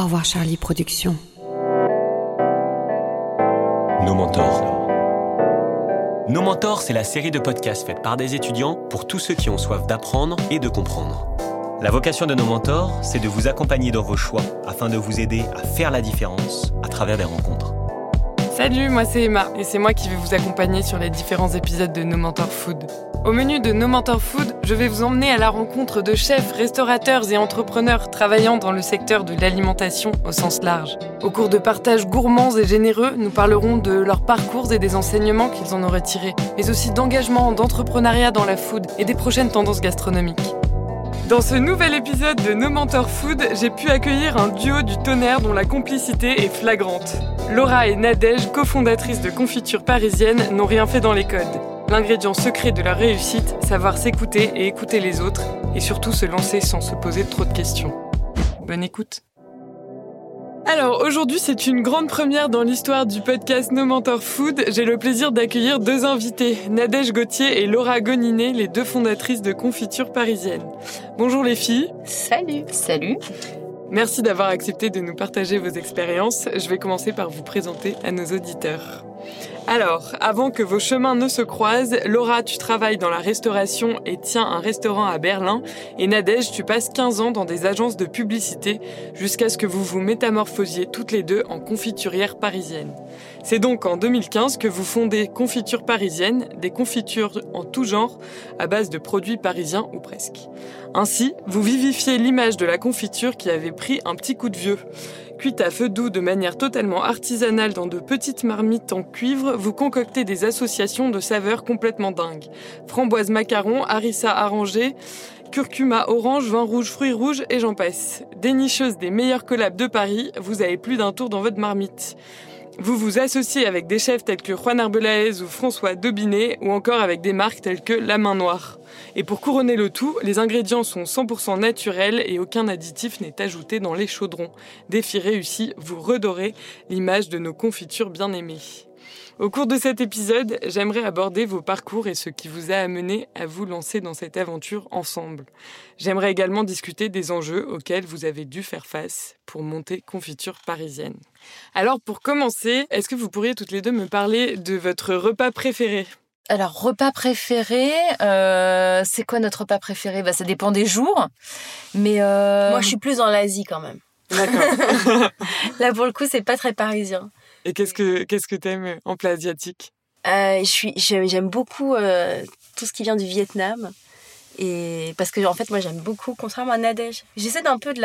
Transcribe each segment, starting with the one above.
Au revoir Charlie Productions. Nos mentors. Nos mentors, c'est la série de podcasts faite par des étudiants pour tous ceux qui ont soif d'apprendre et de comprendre. La vocation de Nos mentors, c'est de vous accompagner dans vos choix afin de vous aider à faire la différence à travers des rencontres. Salut, moi c'est Emma et c'est moi qui vais vous accompagner sur les différents épisodes de Nos mentors Food. Au menu de Nos mentors Food, je vais vous emmener à la rencontre de chefs, restaurateurs et entrepreneurs travaillant dans le secteur de l'alimentation au sens large. Au cours de partages gourmands et généreux, nous parlerons de leurs parcours et des enseignements qu'ils en ont retirés, mais aussi d'engagement, d'entrepreneuriat dans la food et des prochaines tendances gastronomiques. Dans ce nouvel épisode de Nos mentors Food, j'ai pu accueillir un duo du tonnerre dont la complicité est flagrante. Laura et Nadège, cofondatrices de Confitures Parisiennes, n'ont rien fait dans les codes. L'ingrédient secret de leur réussite, savoir s'écouter et écouter les autres, et surtout se lancer sans se poser trop de questions. Bonne écoute. Alors, aujourd'hui, c'est une grande première dans l'histoire du podcast Nos mentors Food. J'ai le plaisir d'accueillir deux invités, Nadège Gauthier et Laura Goninet, les deux fondatrices de Confitures Parisiennes. Bonjour les filles. Salut. Salut. Merci d'avoir accepté de nous partager vos expériences. Je vais commencer par vous présenter à nos auditeurs. Alors, avant que vos chemins ne se croisent, Laura, tu travailles dans la restauration et tiens un restaurant à Berlin. Et Nadège, tu passes 15 ans dans des agences de publicité jusqu'à ce que vous vous métamorphosiez toutes les deux en confiturières parisiennes. C'est donc en 2015 que vous fondez Confitures Parisiennes, des confitures en tout genre à base de produits parisiens ou presque. Ainsi, vous vivifiez l'image de la confiture qui avait pris un petit coup de vieux. Cuite à feu doux de manière totalement artisanale dans de petites marmites en cuivre, vous concoctez des associations de saveurs complètement dingues. Framboise macaron, harissa arrangé, curcuma orange, vin rouge, fruits rouges et j'en passe. Dénicheuse des meilleurs collabs de Paris, vous avez plus d'un tour dans votre marmite. Vous vous associez avec des chefs tels que Juan Arbelaez ou François Dobinet ou encore avec des marques telles que La Main Noire. Et pour couronner le tout, les ingrédients sont 100% naturels et aucun additif n'est ajouté dans les chaudrons. Défi réussi, vous redorez l'image de nos confitures bien-aimées. Au cours de cet épisode, j'aimerais aborder vos parcours et ce qui vous a amené à vous lancer dans cette aventure ensemble. J'aimerais également discuter des enjeux auxquels vous avez dû faire face pour monter Confitures Parisiennes. Alors pour commencer, est-ce que vous pourriez toutes les deux me parler de votre repas préféré ? Alors, repas préféré, c'est quoi notre repas préféré ? Ça dépend des jours, mais... Moi, je suis plus dans l'Asie quand même. D'accord. Là, pour le coup, c'est pas très parisien. Et qu'est-ce que t'aimes en plat asiatique ? J'aime beaucoup tout ce qui vient du Vietnam. Et parce que en fait, moi, j'aime beaucoup, contrairement à Nadège. J'essaie un peu de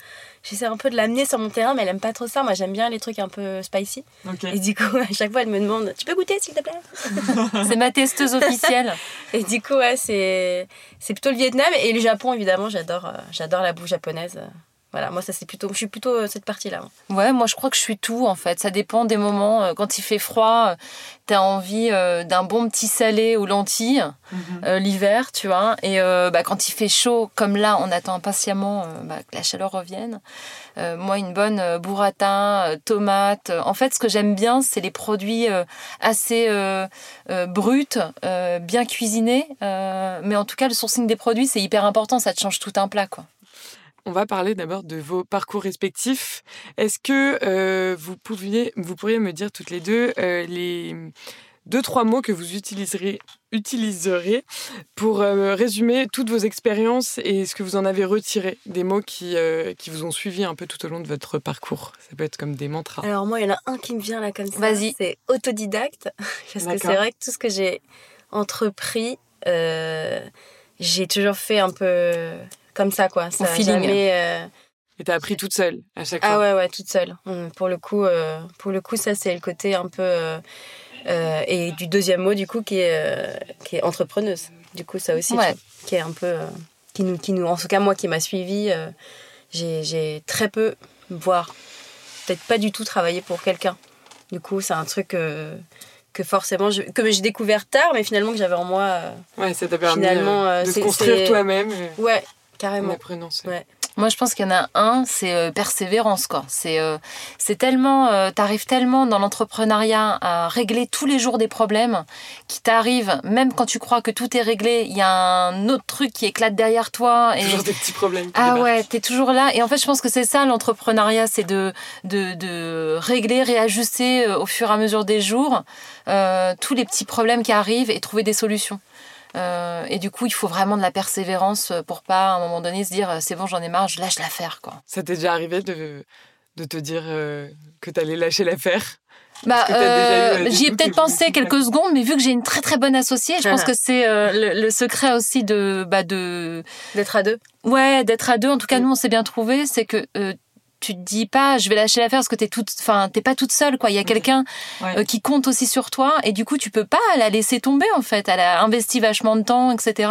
l'amener sur mon terrain, mais elle aime pas trop ça. Moi, j'aime bien les trucs un peu spicy. Okay. Et du coup, à chaque fois, elle me demande, tu peux goûter, s'il te plaît ? C'est ma testeuse officielle. Et du coup, ouais, c'est plutôt le Vietnam et le Japon, évidemment. J'adore la bouffe japonaise. Voilà, moi, je suis plutôt cette partie-là. Ouais, moi, je crois que je suis tout, en fait. Ça dépend des moments. Quand il fait froid, t'as envie d'un bon petit salé aux lentilles, l'hiver, tu vois. Et quand il fait chaud, comme là, on attend impatiemment que la chaleur revienne. Moi, une bonne burrata, tomate. En fait, ce que j'aime bien, c'est les produits assez bruts, bien cuisinés. Mais en tout cas, le sourcing des produits, c'est hyper important. Ça te change tout un plat, quoi. On va parler d'abord de vos parcours respectifs. Est-ce que vous pourriez me dire toutes les deux les 2-3 mots que vous utiliserez pour résumer toutes vos expériences et ce que vous en avez retiré, des mots qui vous ont suivi un peu tout au long de votre parcours. Ça peut être comme des mantras. Alors moi, il y en a un qui me vient là comme ça. Vas-y. C'est autodidacte. Parce que c'est vrai que tout ce que j'ai entrepris, j'ai toujours fait un peu... comme ça, quoi. Ça, au feeling. Et t'as appris toute seule, à chaque fois. Ah ouais, toute seule. Pour le coup, ça, c'est le côté un peu... et du deuxième mot, du coup, qui est entrepreneuse. Du coup, ça aussi, ouais. Qui est un peu... qui nous, en tout cas, moi, qui m'a suivie, j'ai très peu, voire peut-être pas du tout travaillé pour quelqu'un. Du coup, c'est un truc... que forcément, que j'ai découvert tard, mais finalement, que j'avais en moi... ouais, ça t'a permis de te construire toi-même. Ouais. Carrément. En apprenant ça. Ouais. Moi, je pense qu'il y en a un, c'est persévérance, quoi. C'est tellement, t'arrives tellement dans l'entrepreneuriat à régler tous les jours des problèmes qui t'arrivent, même quand tu crois que tout est réglé, il y a un autre truc qui éclate derrière toi. Et... Toujours des petits problèmes qui Ah débarquent. ouais, t'es toujours là. Et en fait, je pense que c'est ça, l'entrepreneuriat, c'est de régler, réajuster au fur et à mesure des jours tous les petits problèmes qui arrivent et trouver des solutions. Et du coup, il faut vraiment de la persévérance pour pas, à un moment donné, se dire c'est bon, j'en ai marre, je lâche l'affaire, quoi. Ça t'est déjà arrivé de te dire que t'allais lâcher l'affaire? Bah, Est-ce que t'as déjà eu j'y ai des peut-être doutes pensé quelques secondes, mais vu que j'ai une très très bonne associée, je pense que c'est le secret aussi D'être à deux. Ouais, d'être à deux. En tout cas, nous, on s'est bien trouvé, c'est que tu te dis pas je vais lâcher l'affaire parce que t'es pas toute seule, quoi. Il y a quelqu'un qui compte aussi sur toi et du coup tu peux pas la laisser tomber, en fait. Elle a investi vachement de temps, etc.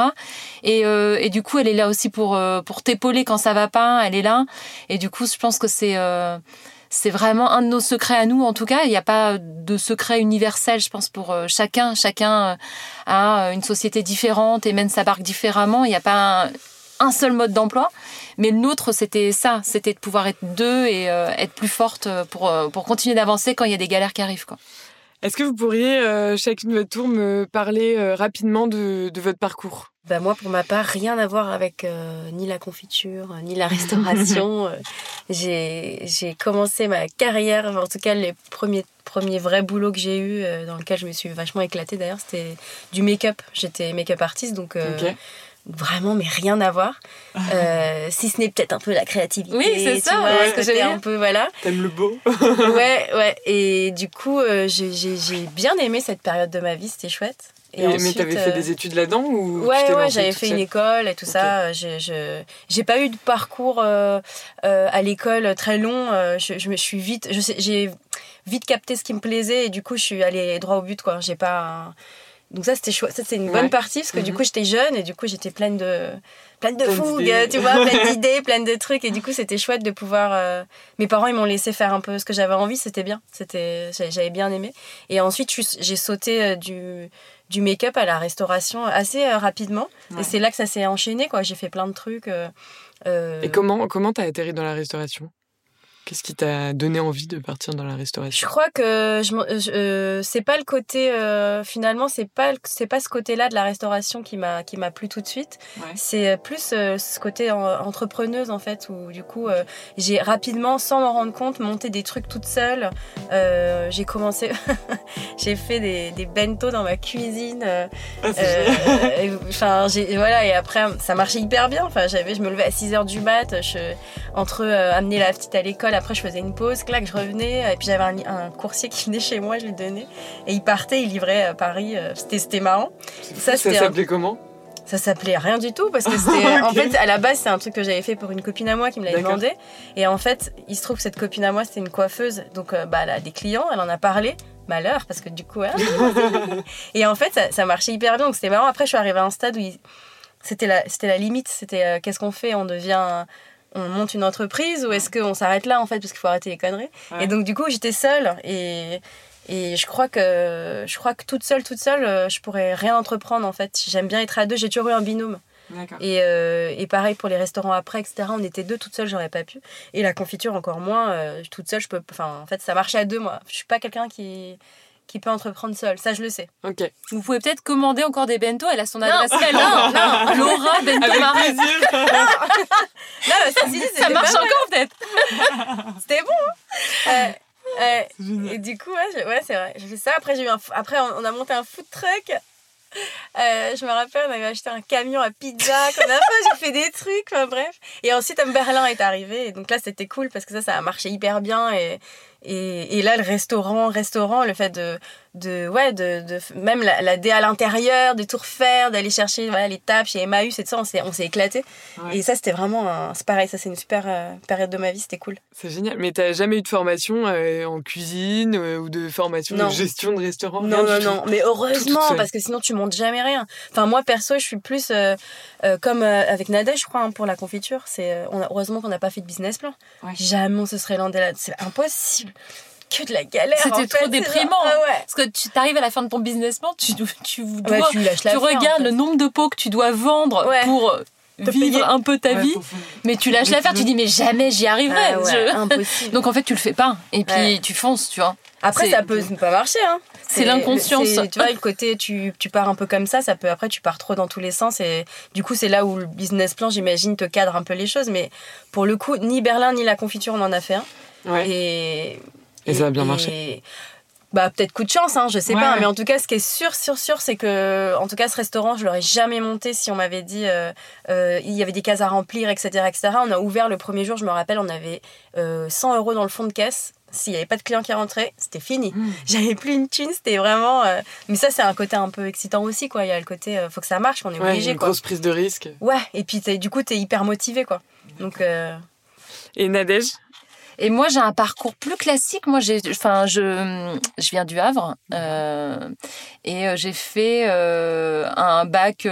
Et du coup elle est là aussi pour t'épauler quand ça va pas. Elle est là et du coup je pense que c'est vraiment un de nos secrets à nous, en tout cas. Il n'y a pas de secret universel, je pense, pour chacun. Chacun a une société différente et mène sa barque différemment. Il n'y a pas un seul mode d'emploi. Mais le nôtre, c'était ça. C'était de pouvoir être deux et être plus forte pour continuer d'avancer quand il y a des galères qui arrivent, quoi. Est-ce que vous pourriez, chacune de votre tour, me parler rapidement de votre parcours? Bah moi, pour ma part, rien à voir avec ni la confiture, ni la restauration. J'ai commencé ma carrière, en tout cas les premiers vrais boulots que j'ai eu, dans lequel je me suis vachement éclatée d'ailleurs, c'était du make-up. J'étais make-up artiste, donc vraiment, mais rien à voir. Si ce n'est peut-être un peu la créativité. Oui, c'est ça, vois, ce que j'ai un peu, voilà. T'aimes le beau? Ouais. Et du coup, j'ai bien aimé cette période de ma vie, c'était chouette. Et ensuite, mais t'avais fait des études là-dedans ou Ouais, tu t'es lancée j'avais toute fait seule? une école et tout ça. J'ai pas eu de parcours à l'école très long. Je me suis vite, j'ai vite capté ce qui me plaisait et du coup, je suis allée droit au but, quoi. J'ai pas. Donc ça, c'était chouette. Ça, c'est une bonne partie parce que du coup, j'étais jeune et du coup, j'étais pleine de fougue, tu vois, pleine d'idées, pleine de trucs. Et du coup, c'était chouette de pouvoir... Mes parents, ils m'ont laissé faire un peu ce que j'avais envie. C'était bien. J'avais bien aimé. Et ensuite, j'ai sauté du make-up à la restauration assez rapidement. Ouais. Et c'est là que ça s'est enchaîné, quoi. J'ai fait plein de trucs. Et comment t'as atterri dans la restauration ? Qu'est-ce qui t'a donné envie de partir dans la restauration ? Je crois que c'est pas le côté finalement c'est pas ce côté-là de la restauration qui m'a plu tout de suite. Ouais. C'est plus ce côté entrepreneuse en fait où du coup j'ai rapidement sans m'en rendre compte monté des trucs toute seule. J'ai commencé j'ai fait des bento dans ma cuisine. Enfin voilà et après ça marchait hyper bien. Enfin je me levais à 6h du mat, entre amener la petite à l'école. Après, je faisais une pause, clac, je revenais. Et puis, j'avais un coursier qui venait chez moi, je lui donnais. Et il partait, il livrait à Paris. C'était marrant. Ça s'appelait comment ? Ça s'appelait rien du tout, parce que c'était... Okay. En fait, à la base, c'est un truc que j'avais fait pour une copine à moi qui me l'avait demandé. Et en fait, il se trouve que cette copine à moi, c'était une coiffeuse. Donc, elle a des clients, elle en a parlé. Malheur, parce que du coup... Et en fait, ça marchait hyper bien. Donc, c'était marrant. Après, je suis arrivée à un stade où c'était la limite. C'était qu'est-ce qu'on fait ? On monte une entreprise ou est-ce qu'on s'arrête là en fait parce qu'il faut arrêter les conneries. Ouais. Et donc du coup j'étais seule et je crois que toute seule je pourrais rien entreprendre en fait. J'aime bien être à deux, j'ai toujours eu un binôme. D'accord. Et pareil pour les restaurants après etc. On était deux, toute seule j'aurais pas pu. Et la confiture encore moins, toute seule je peux. Enfin en fait ça marchait à deux moi. Je suis pas quelqu'un qui peut entreprendre seul, ça je le sais. Ok. Vous pouvez peut-être commander encore des bento, elle a son adresse mail. Non, Laura Bento Marais. Non, ça marche encore peut-être. C'était bon. Et du coup, ouais, c'est vrai. J'ai fait ça. Après, on a monté un food truck. Je me rappelle, on avait acheté un camion à pizza qu'on a fait, j'ai fait des trucs, enfin bref. Et ensuite, Berlin est arrivé. Et donc là, c'était cool parce que ça a marché hyper bien. Et là, le restaurant, le fait de même la dé à l'intérieur, de tout refaire, d'aller chercher les tables chez Emmaüs et tout ça, on s'est éclaté. Ouais. Et ça, c'était vraiment c'est pareil, ça c'est une super période de ma vie, c'était cool. C'est génial. Mais t'as jamais eu de formation en cuisine ou de formation de gestion de restaurant? Non. Mais heureusement, parce que sinon tu montes jamais rien. Enfin, moi perso, je suis plus comme avec Nadège, je crois, pour la confiture. Heureusement qu'on n'a pas fait de business plan. Ouais. Jamais on se serait landé là. C'est impossible. Que de la galère. C'était trop déprimant. Parce que tu t'arrives à la fin de ton business plan, tu regardes le nombre de pots que tu dois vendre pour vivre un peu ta vie, mais tu lâches l'affaire, tu dis mais jamais j'y arriverai. Impossible. Donc en fait tu le fais pas et puis tu fonces, tu vois. Après ça peut pas marcher, hein. C'est l'inconscience. Tu vois, le côté tu pars un peu comme ça peut après tu pars trop dans tous les sens et du coup c'est là où le business plan j'imagine te cadre un peu les choses, mais pour le coup ni Berlin ni la confiture on en a fait un. Et ça a bien marché. Peut-être coup de chance, hein, je sais pas, mais en tout cas ce qui est sûr c'est que en tout cas ce restaurant je l'aurais jamais monté si on m'avait dit il y avait des cases à remplir, etc. On a ouvert le premier jour, je me rappelle, on avait 100 € dans le fond de caisse. S'il n'y avait pas de clients qui rentraient, c'était fini. J'avais plus une thune, c'était vraiment... Mais ça, c'est un côté un peu excitant aussi, quoi. Il y a le côté, faut que ça marche, on est obligé, une grosse prise de risque. Ouais, et puis du coup, t'es hyper motivé, quoi. Donc, Et Nadège ? Et moi, j'ai un parcours plus classique. Moi, je viens du Havre et j'ai fait un bac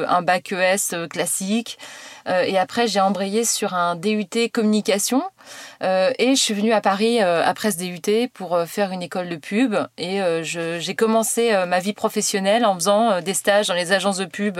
ES classique. Et après, j'ai embrayé sur un DUT communication et je suis venue à Paris après ce DUT pour faire une école de pub. Et j'ai commencé ma vie professionnelle en faisant des stages dans les agences de pub,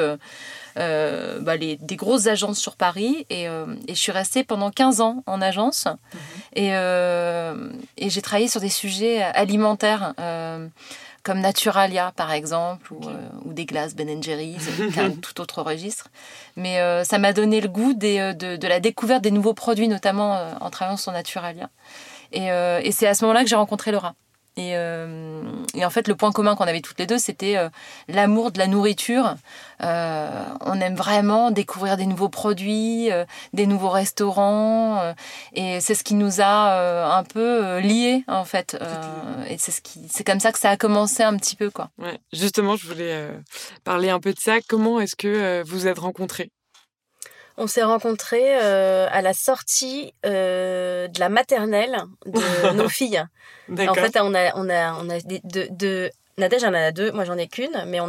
des grosses agences sur Paris. Et je suis restée pendant 15 ans en agence. Et j'ai travaillé sur des sujets alimentaires comme Naturalia par exemple, ou des glaces Ben & Jerry's, qui est un tout autre registre. Mais ça m'a donné le goût de la découverte des nouveaux produits, notamment en travaillant sur Naturalia. Et c'est à ce moment-là que j'ai rencontré Laura. Et en fait, le point commun qu'on avait toutes les deux, c'était l'amour de la nourriture. On aime vraiment découvrir des nouveaux produits, des nouveaux restaurants. Et c'est ce qui nous a un peu liés, en fait. Et c'est comme ça que ça a commencé un petit peu, quoi. Ouais. Justement, je voulais parler un peu de ça. Comment est-ce que vous êtes rencontrés ? On s'est rencontrés à la sortie de la maternelle de nos filles. D'accord. En fait, on a deux. Nadège en a 2, moi j'en ai qu'une, mais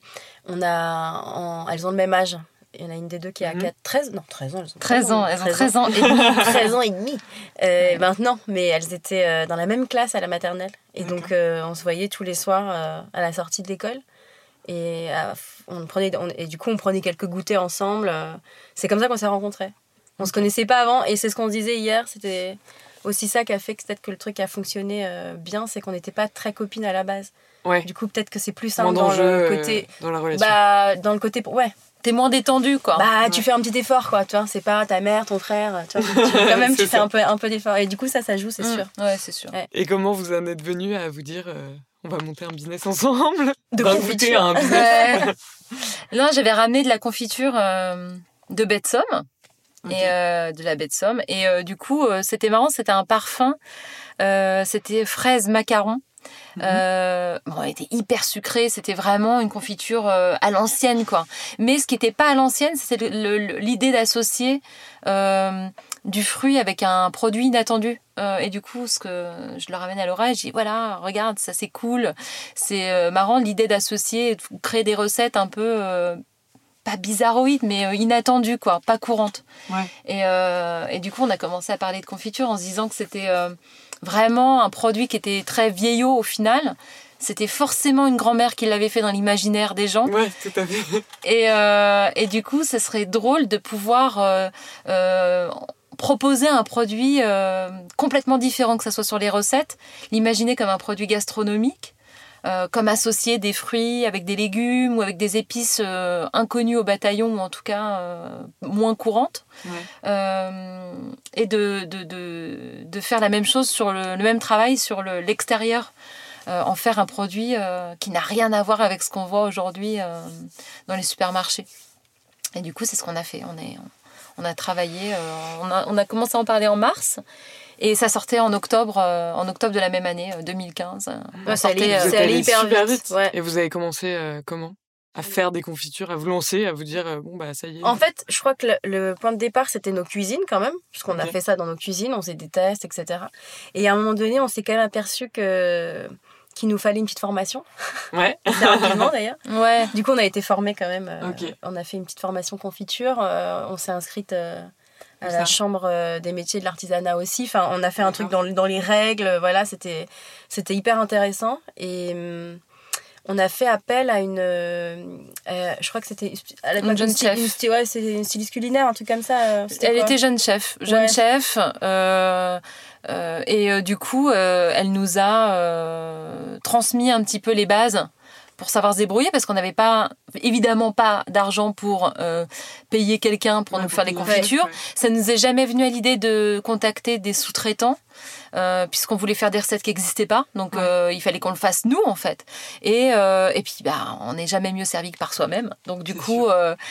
elles ont le même âge. Il y en a une des deux qui a 13 ans. Elles ont 13 ans, elles ont 13 ans et demi. 13 ans et demi maintenant, mais elles étaient dans la même classe à la maternelle. Et donc on se voyait tous les soirs à la sortie de l'école. Et du coup on prenait quelques goûters ensemble. C'est comme ça qu'on s'est rencontrés. On se connaissait pas avant et c'est ce qu'on se disait hier. C'était aussi ça qui a fait que peut-être que le truc a fonctionné bien, c'est qu'on n'était pas très copines à la base. Ouais. Du coup peut-être que c'est plus simple dans le côté dans la relation. Dans le côté T'es moins détendu, quoi. Tu fais un petit effort, quoi. Tu vois, c'est pas ta mère, ton frère. Tu vois, quand même, tu fais un peu d'effort. Et du coup, ça joue, c'est sûr. Ouais, c'est sûr. Ouais. Et comment vous en êtes venus à vous dire on va monter un business ensemble ? De D'un confiture. goûter à un business. Là, j'avais ramené de la confiture de baie de Somme. Et de la baie de Somme. Et du coup, c'était marrant, c'était un parfum. C'était fraise macaron. Elle était hyper sucrée, c'était vraiment une confiture à l'ancienne, quoi. Mais ce qui n'était pas à l'ancienne, c'était l'idée d'associer du fruit avec un produit inattendu. Et du coup, ce que je le ramène à Laura, je dis voilà, regarde, ça c'est cool, c'est marrant l'idée d'associer, de créer des recettes un peu pas bizarroïdes, mais inattendues, quoi, pas courantes. Ouais. Et du coup, on a commencé à parler de confiture en se disant que c'était vraiment un produit qui était très vieillot au final. C'était forcément une grand-mère qui l'avait fait dans l'imaginaire des gens. Ouais, tout à fait. Et du coup, ce serait drôle de pouvoir proposer un produit complètement différent, que ce soit sur les recettes, l'imaginer comme un produit gastronomique, comme associer des fruits avec des légumes ou avec des épices inconnues au bataillon ou en tout cas moins courantes. Ouais. Et de faire la même chose sur le même travail sur l'extérieur, en faire un produit qui n'a rien à voir avec ce qu'on voit aujourd'hui dans les supermarchés. Et du coup, c'est ce qu'on a fait. On a travaillé, on a commencé à en parler en mars. Et ça sortait en octobre de la même année, 2015. Ça allait hyper vite. Ouais. Et vous avez commencé comment ? À faire des confitures, à vous lancer, à vous dire ça y est. En fait, je crois que le point de départ, c'était nos cuisines quand même, puisqu'on a fait ça dans nos cuisines, on faisait des tests, etc. Et à un moment donné, on s'est quand même aperçu qu'il nous fallait une petite formation. Ouais. Assez rapidement d'ailleurs. Ouais. Du coup, on a été formés quand même. Okay. On a fait une petite formation confiture. On s'est inscrite à la chambre des métiers de l'artisanat aussi. Enfin, on a fait un truc dans les règles. Voilà, c'était hyper intéressant. Et on a fait appel à une... je crois que c'était... Une jeune chef. C'est une styliste culinaire, un truc comme ça. Elle était jeune chef. Chef. Et du coup, elle nous a transmis un petit peu les bases pour savoir se débrouiller, parce qu'on n'avait évidemment pas d'argent pour payer quelqu'un pour nous faire les confitures. Ça ne nous est jamais venu à l'idée de contacter des sous-traitants, puisqu'on voulait faire des recettes qui n'existaient pas. Donc, il fallait qu'on le fasse nous, en fait. Et puis, on n'est jamais mieux servi que par soi-même. Donc, du coup,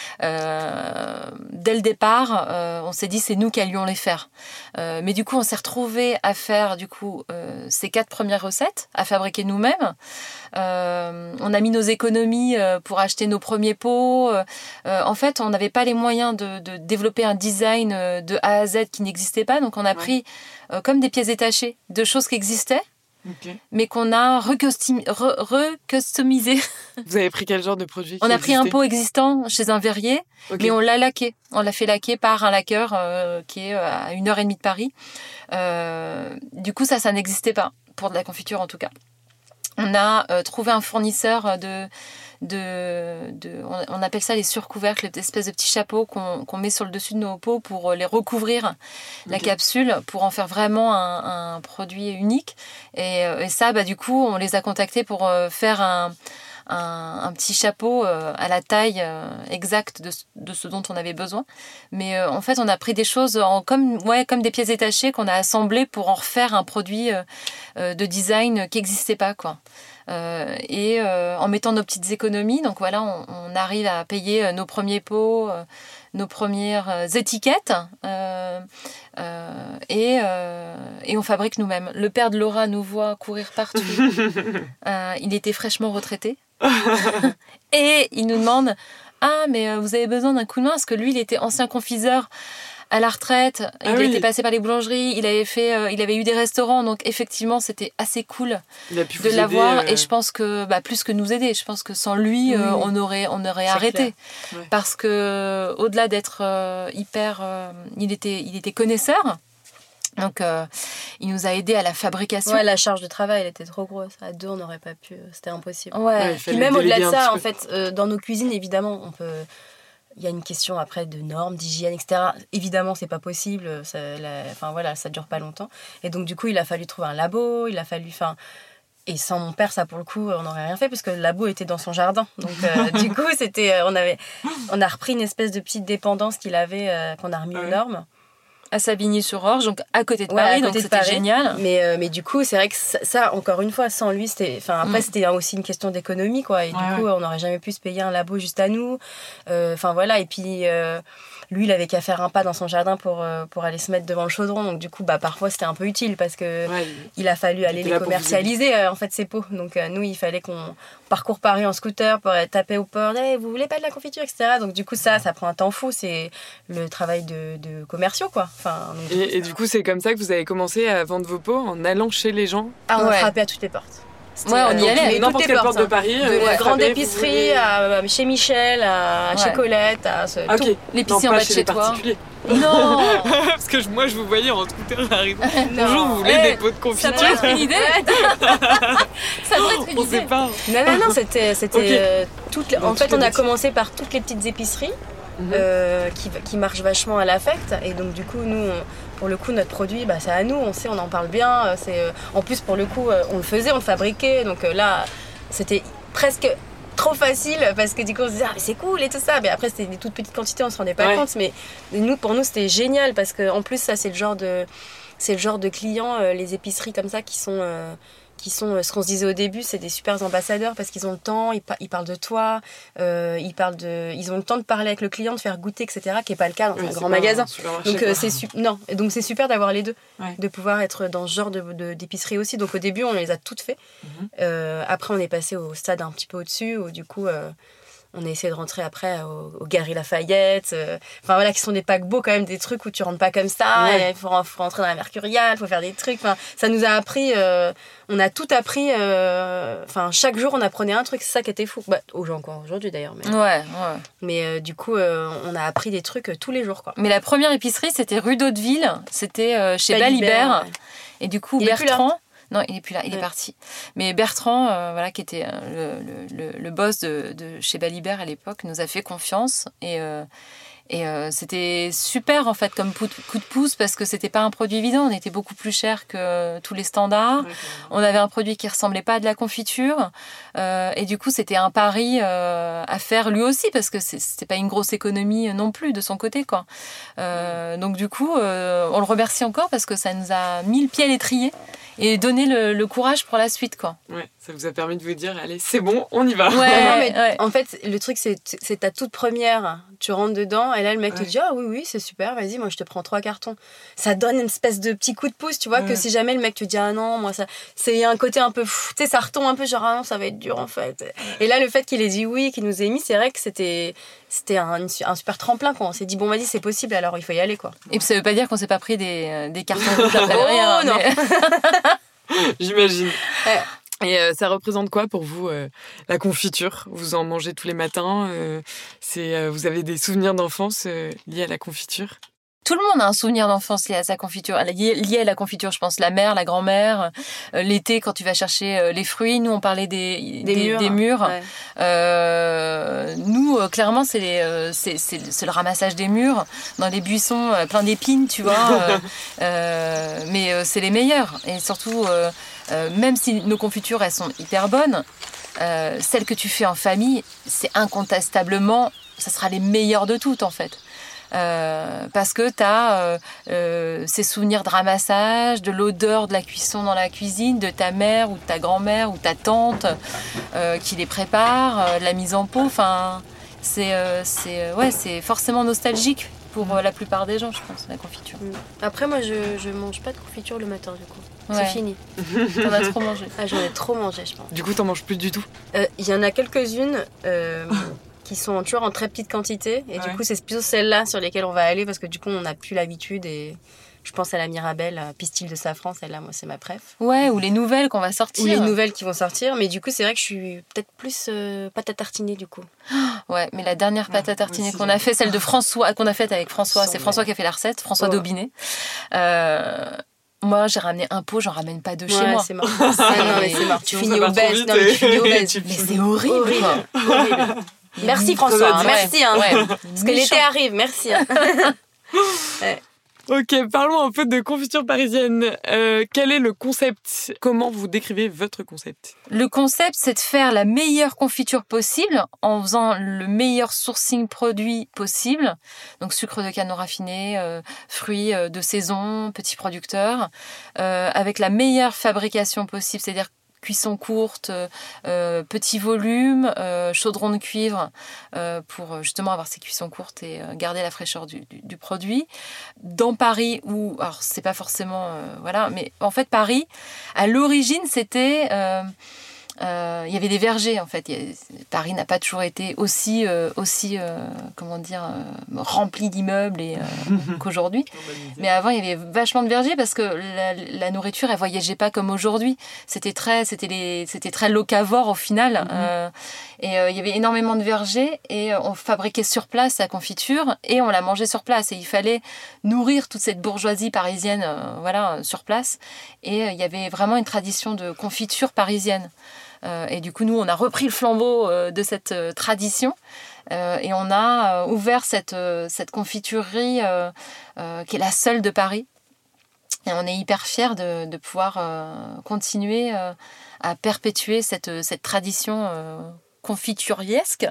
dès le départ, on s'est dit, c'est nous qui allions les faire. Mais du coup, on s'est retrouvés à faire, ces 4 premières recettes, à fabriquer nous-mêmes. On a mis nos économies pour acheter nos premiers pots. En fait, on n'avait pas les moyens de développer un design de A à Z qui n'existait pas. Donc, on a pris comme des pièces détachées de choses qui existaient, mais qu'on a recustomisé. Vous avez pris quel genre de produit On a pris un pot existant chez un verrier, mais on l'a laqué. On l'a fait laquer par un laqueur qui est à 1h30 de Paris. Du coup, ça n'existait pas, pour de la confiture en tout cas. On a trouvé un fournisseur on appelle ça les surcouvercles, l'espèce de petits chapeaux qu'on met sur le dessus de nos pots pour les recouvrir la capsule, pour en faire vraiment un produit unique. Et ça, du coup, on les a contactés pour faire un petit chapeau à la taille exacte de ce dont on avait besoin. Mais en fait, on a pris des choses comme des pièces détachées qu'on a assemblées pour en refaire un produit de design qui n'existait pas, quoi. En mettant nos petites économies, donc voilà, on arrive à payer nos premiers pots, nos premières étiquettes, et on fabrique nous-mêmes. Le père de Laura nous voit courir partout. Il était fraîchement retraité. Et il nous demande: ah, mais vous avez besoin d'un coup de main, parce que lui, il était ancien confiseur à la retraite, il était passé par les boulangeries, il avait eu des restaurants, donc effectivement c'était assez cool de l'avoir. Et je pense que plus que nous aider, je pense que sans lui on aurait arrêté, parce que au-delà d'être il était connaisseur. Donc, il nous a aidés à la fabrication. Ouais, la charge de travail, elle était trop grosse. À 2, on n'aurait pas pu. C'était impossible. Puis même au-delà de ça, en fait, dans nos cuisines, évidemment, on peut. Il y a une question après de normes, d'hygiène, etc. Évidemment, c'est pas possible. Ça dure pas longtemps. Et donc, du coup, il a fallu trouver un labo. Et sans mon père, ça, pour le coup, on n'aurait rien fait, parce que le labo était dans son jardin. Donc, du coup, on a repris une espèce de petite dépendance qu'il avait, qu'on a remis aux normes. À Savigny-sur-Orge, donc à côté de Paris, donc c'était génial. Mais du coup, c'est vrai que ça, encore une fois, sans lui, c'était c'était aussi une question d'économie, quoi. Et du coup, on n'aurait jamais pu se payer un labo juste à nous. Et puis, lui, il avait qu'à faire un pas dans son jardin pour aller se mettre devant le chaudron. Donc, du coup, parfois, c'était un peu utile, parce que il a fallu aller les commercialiser, en fait, ces pots. Donc, nous, il fallait qu'on parcourt Paris en scooter pour taper aux portes. Hey, vous voulez pas de la confiture, etc. Donc, du coup, ça prend un temps fou. C'est le travail de commerciaux, quoi. Et du coup, c'est comme ça que vous avez commencé à vendre vos pots, en allant chez les gens? On a frappé à toutes les portes. On y allait. N'importe quelle porte de Paris. De la grande épicerie à chez Michel, à chez Colette, à tout. L'épicier en bas de chez toi. Non. Parce que moi, je vous voyais en scooter arriver. Bonjour, vous voulez des pots de confiture? Ça devrait être une idée. Ça devrait être une idée. Pas. Non, c'était En fait, on a commencé par toutes les petites épiceries. Qui marche vachement à l'affect, et donc du coup nous pour le coup notre produit c'est à nous, on sait, on en parle bien, en plus pour le coup on le fabriquait, donc là c'était presque trop facile, parce que du coup on se disait mais c'est cool et tout ça, mais après c'était des toutes petites quantités, on se rendait pas compte, mais pour nous c'était génial, parce que en plus ça c'est le genre de clients, les épiceries comme ça qui sont ce qu'on se disait au début, c'est des super ambassadeurs, parce qu'ils ont le temps, ils parlent de toi, ils ont le temps de parler avec le client, de faire goûter, etc., qui n'est pas le cas dans un grand magasin. Donc c'est super d'avoir les deux, de pouvoir être dans ce genre d'épicerie aussi. Donc au début, on les a toutes fait. Après, on est passé au stade un petit peu au-dessus, où du coup... on a essayé de rentrer après au Galeries Lafayette, qui sont des paquebots quand même, des trucs où tu rentres pas comme ça, il faut rentrer dans la Mercuriale, il faut faire des trucs, ça nous a appris, on a tout appris, chaque jour on apprenait un truc, c'est ça qui était fou, aux gens encore aujourd'hui d'ailleurs. Mais du coup, on a appris des trucs tous les jours, quoi. Mais la première épicerie, c'était rue d'Hauteville, c'était chez Balibert, et du coup Bertrand... Non, il est plus là, il est parti. Mais Bertrand, voilà, qui était le boss de chez Balibert à l'époque, nous a fait confiance et c'était super en fait comme coup de pouce parce que c'était pas un produit évident, on était beaucoup plus cher que tous les standards. On avait un produit qui ressemblait pas à de la confiture et du coup c'était un pari à faire lui aussi parce que c'était pas une grosse économie non plus de son côté quoi. Donc du coup on le remercie encore parce que ça nous a mis le pied à l'étrier et donné le courage pour la suite quoi. Ouais, ça vous a permis de vous dire allez c'est bon on y va. Ouais, en fait le truc c'est ta toute première, tu rentres dedans et là le mec te dit ah oui c'est super, vas-y moi je te prends 3 cartons. Ça donne une espèce de petit coup de pouce, tu vois, que si jamais le mec te dit ah non moi ça, c'est un côté un peu tu sais ça retombe un peu genre ah non ça va être dur en fait. Et là le fait qu'il ait dit oui, qu'il nous ait mis, c'est vrai que c'était un super tremplin quoi. On s'est dit bon vas-y c'est possible alors il faut y aller quoi. Et puis ça veut pas dire qu'on s'est pas pris des cartons rouges après derrière. Oh non. J'imagine. Et ça représente quoi pour vous la confiture? Vous en mangez tous les matins vous avez des souvenirs d'enfance liés à la confiture? Tout le monde a un souvenir d'enfance lié à sa confiture, lié à la confiture, je pense, la mère, la grand-mère, l'été quand tu vas chercher les fruits. Nous, on parlait des mûres. Ouais. Nous, clairement, c'est le ramassage des mûres dans les buissons pleins d'épines, tu vois. Mais c'est les meilleurs. Et surtout, même si nos confitures, elles sont hyper bonnes, celles que tu fais en famille, c'est incontestablement, ça sera les meilleures de toutes, en fait. Parce que tu as ces souvenirs de ramassage, de l'odeur de la cuisson dans la cuisine, de ta mère ou de ta grand-mère ou ta tante qui les prépare, la mise en pot. Enfin, c'est forcément nostalgique pour la plupart des gens, je pense, la confiture. Après, moi, je mange pas de confiture le matin, du coup. Ouais. C'est fini. T'en as trop mangé. Ah, j'en ai trop mangé, je pense. Du coup, t'en manges plus du tout? Il y en a quelques-unes qui sont toujours en très petite quantité. Et du coup, c'est plutôt celles-là sur lesquelles on va aller parce que du coup, on n'a plus l'habitude. Et je pense à la Mirabelle, pistil de safran, celle-là, moi, c'est ma préf. Ouais, ou les nouvelles qu'on va sortir. Ou les nouvelles qui vont sortir. Mais du coup, c'est vrai que je suis peut-être plus pâte à tartiner, du coup. Ouais, mais la dernière pâte à tartiner qu'on a fait, celle de François, qu'on a faite avec François, c'est François qui a fait la recette, François Daubinet. Moi, j'ai ramené un pot, j'en ramène pas deux chez moi. C'est marrant. Non, mais c'est marrant. Tu finis obèse. Non, mais tu finis obèse. Mais c'est horrible. Horrible. Merci François, merci. Parce que l'été arrive, merci. Ok, parlons un peu de confiture parisienne. Quel est le concept? Comment vous décrivez votre concept? Le concept, c'est de faire la meilleure confiture possible en faisant le meilleur sourcing produit possible. Donc sucre de canne raffiné, fruits de saison, petits producteurs, avec la meilleure fabrication possible, c'est-à-dire cuisson courte, petit volume, chaudron de cuivre pour justement avoir ces cuissons courtes et garder la fraîcheur du produit. Dans Paris, alors c'est pas forcément mais en fait Paris, à l'origine c'était il y avait des vergers en fait. Paris n'a pas toujours été aussi rempli d'immeubles qu'aujourd'hui. Mais avant il y avait vachement de vergers parce que la nourriture elle voyageait pas comme aujourd'hui. C'était très locavore au final. Il y avait énormément de vergers et on fabriquait sur place la confiture et on la mangeait sur place. Et il fallait nourrir toute cette bourgeoisie parisienne sur place. Et il y avait vraiment une tradition de confiture parisienne. Et du coup, nous, on a repris le flambeau de cette tradition et on a ouvert cette confiturerie qui est la seule de Paris. Et on est hyper fiers de pouvoir continuer à perpétuer cette tradition confituresque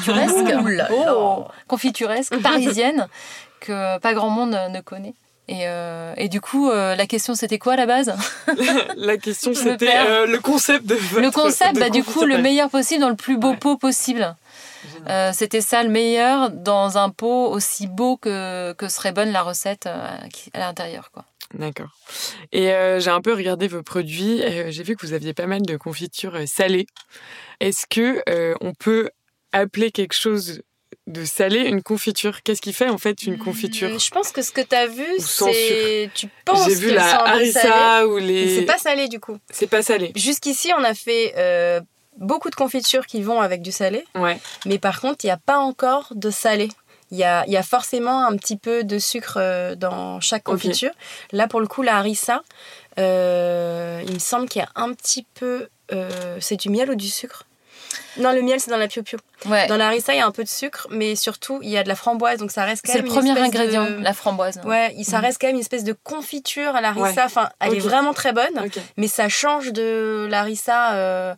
parisienne que pas grand monde ne connaît. Et du coup, la question, c'était quoi à la base? La question, c'était le concept de votre... Le concept, du coup, le meilleur possible dans le plus beau pot possible. C'était ça, le meilleur, dans un pot aussi beau que serait bonne la recette à l'intérieur, quoi. D'accord. Et j'ai un peu regardé vos produits. J'ai vu que vous aviez pas mal de confitures salées. Est-ce que on peut appeler quelque chose de salé une confiture? Qu'est-ce qui fait en fait une confiture? Je pense que ce que tu as vu, c'est... Tu penses j'ai vu la harissa ou les... Mais c'est pas salé du coup. C'est pas salé. Jusqu'ici, on a fait beaucoup de confitures qui vont avec du salé. Ouais. Mais par contre, il n'y a pas encore de salé. Il y a forcément un petit peu de sucre dans chaque confiture. Okay. Là, pour le coup, la harissa, il il me semble qu'il y a un petit peu... c'est du miel ou du sucre ? Non, le miel, c'est dans la Piu Piu. Ouais. Dans la harissa, il y a un peu de sucre, mais surtout, il y a de la framboise, donc ça reste quand même C'est le premier une espèce ingrédient, de... la framboise. Ouais, ça reste quand même une espèce de confiture à l'harissa. Ouais. Enfin, elle est vraiment très bonne, Ok. mais ça change de l'harissa.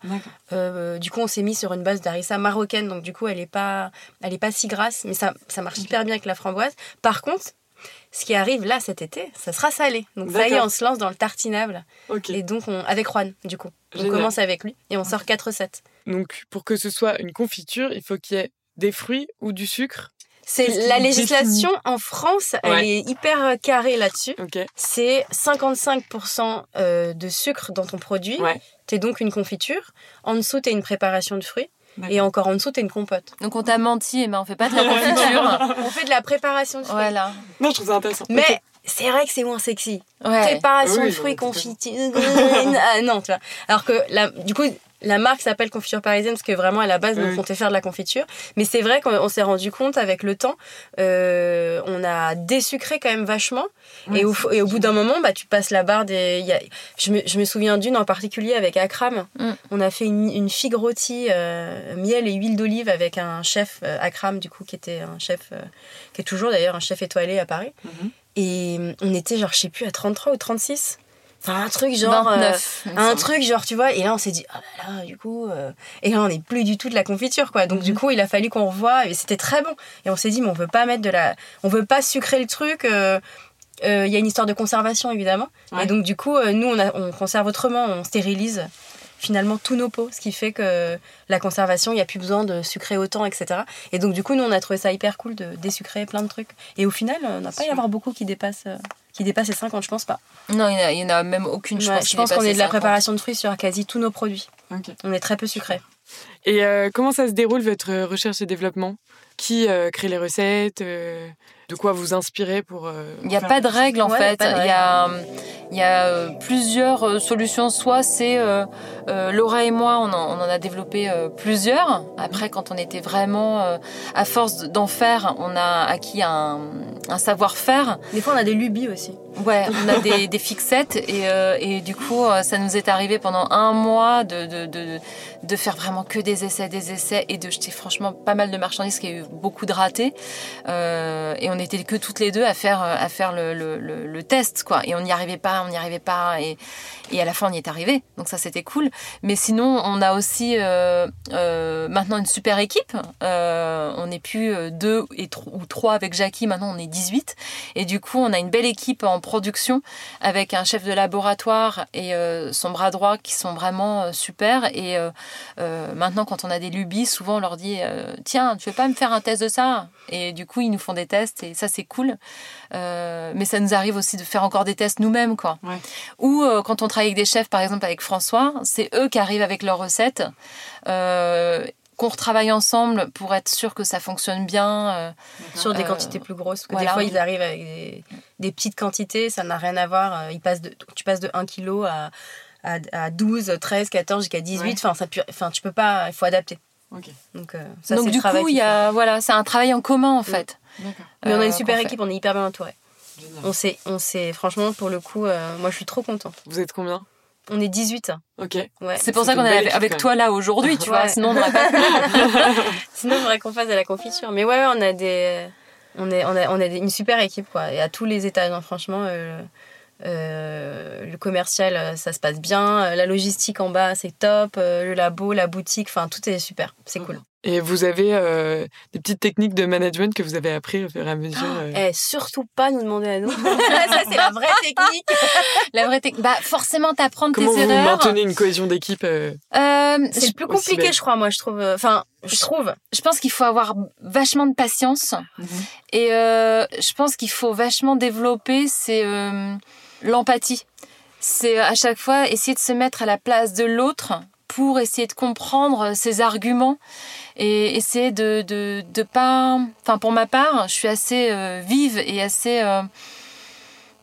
Du coup, on s'est mis sur une base d'harissa marocaine, donc du coup, elle est pas si grasse, mais ça marche hyper bien avec la framboise. Par contre, ce qui arrive là cet été, ça sera salé. Donc ça y est, on se lance dans le tartinable. Ok. Et donc, avec Juan, du coup. On Génial. commence avec lui et on sort 4 recettes. Donc, pour que ce soit une confiture, il faut qu'il y ait des fruits ou du sucre. C'est Qu'est-ce qui la vous législation en France, elle Ouais. est hyper carrée là-dessus. Ok. C'est 55% de sucre dans ton produit. Ouais. T'es donc une confiture. En dessous, t'es une préparation de fruits. D'accord. Et encore en dessous, t'es une compote. Donc on t'a menti, mais on fait pas de la confiture. On fait de la préparation de fruits. Voilà. Non, je trouve ça intéressant. Mais Ok. c'est vrai que c'est moins sexy. Ouais. Préparation Oui, de fruits, tout à fait. confiture. Ah, non, tu vois. Alors que du coup, la marque s'appelle Confiture Parisienne parce que vraiment à la base, on comptait faire de la confiture. Mais c'est vrai qu'on s'est rendu compte avec le temps, on a désucré quand même vachement. Ouais, Et au bout d'un moment, tu passes la barre des. Je me souviens d'une en particulier avec Akram. On a fait une figue rôtie, miel et huile d'olive avec un chef, Akram, du coup, qui était un chef, qui est toujours d'ailleurs un chef étoilé à Paris. Et on était genre, je sais plus, à 33 ou 36. Enfin, un truc genre 29, tu vois, et là on s'est dit là du coup et là on n'est plus du tout de la confiture quoi, donc du coup il a fallu qu'on revoie et c'était très bon et on s'est dit mais on veut pas sucrer le truc, y a une histoire de conservation évidemment, et donc du coup nous on conserve autrement, on stérilise finalement tous nos pots, ce qui fait que la conservation, il n'y a plus besoin de sucrer autant, etc. Et donc du coup, nous, on a trouvé ça hyper cool de désucrer plein de trucs. Et au final, on n'a pas y avoir beaucoup qui dépassent les 50, je pense pas. Non, il y en a même aucune, je pense qu'on est de la 50. préparation de fruits sur quasi tous nos produits. Ok. On est très peu sucré. Et comment ça se déroule votre recherche et développement ? Qui crée les recettes De quoi vous inspirez pour... Il n'y a pas de règle en fait. Il y a plusieurs solutions. Soit c'est Laura et moi, on en a développé plusieurs. Après, quand on était vraiment à force d'en faire, on a acquis un savoir-faire. Des fois, on a des lubies aussi. Ouais, on a des fixettes et du coup, ça nous est arrivé pendant un mois de faire vraiment que des essais et de jeter franchement pas mal de marchandises, qui a eu beaucoup de ratés. Et on n'était que toutes les deux à faire le test, quoi. Et on n'y arrivait pas. Et à la fin, on y est arrivé. Donc ça, c'était cool. Mais sinon, on a aussi maintenant une super équipe. On n'est plus 2 ou 3 avec Jackie. Maintenant, on est 18. Et du coup, on a une belle équipe en production avec un chef de laboratoire et son bras droit qui sont vraiment super. Et maintenant, quand on a des lubies, souvent, on leur dit tiens, tu veux pas me faire un test de ça ? Et du coup, ils nous font des tests et ça, c'est cool. Mais ça nous arrive aussi de faire encore des tests nous-mêmes, quoi. Ouais. Ou quand on travaille avec des chefs, par exemple avec François, c'est eux qui arrivent avec leurs recettes, qu'on retravaille ensemble pour être sûr que ça fonctionne bien. Sur des quantités plus grosses. Parce que voilà. des fois, ils arrivent avec des petites quantités, ça n'a rien à voir. Tu passes de 1 kg à 12, 13, 14, jusqu'à 18. Enfin, tu peux pas, il faut adapter. Okay. Donc c'est du coup, c'est un travail en commun, en fait. D'accord. Mais on a une super équipe, on est hyper bien entourés. On sait, franchement, pour le coup, moi je suis trop contente. Vous êtes combien ? On est 18. Ok. Ouais. C'est pour ça qu'on est avec toi là aujourd'hui, tu vois. Sinon, on n'aurait pas pu. Sinon, il faudrait qu'on fasse de la confiture. Mais ouais, on a une super équipe, quoi. Et à tous les étages, hein, franchement. Le commercial, ça se passe bien. La logistique en bas, c'est top. Le labo, la boutique, enfin, tout est super. C'est cool. Et vous avez des petites techniques de management que vous avez appris au fur et à mesure surtout pas nous demander à nous. Ça, c'est la vraie technique. La vraie technique. Forcément, t'apprends tes erreurs. Comment vous maintenez une cohésion d'équipe C'est le plus compliqué, je crois, moi, je trouve. Je pense qu'il faut avoir vachement de patience. Et je pense qu'il faut vachement développer l'empathie. C'est à chaque fois essayer de se mettre à la place de l'autre pour essayer de comprendre ses arguments et essayer de pas... Enfin, pour ma part, je suis assez vive et assez...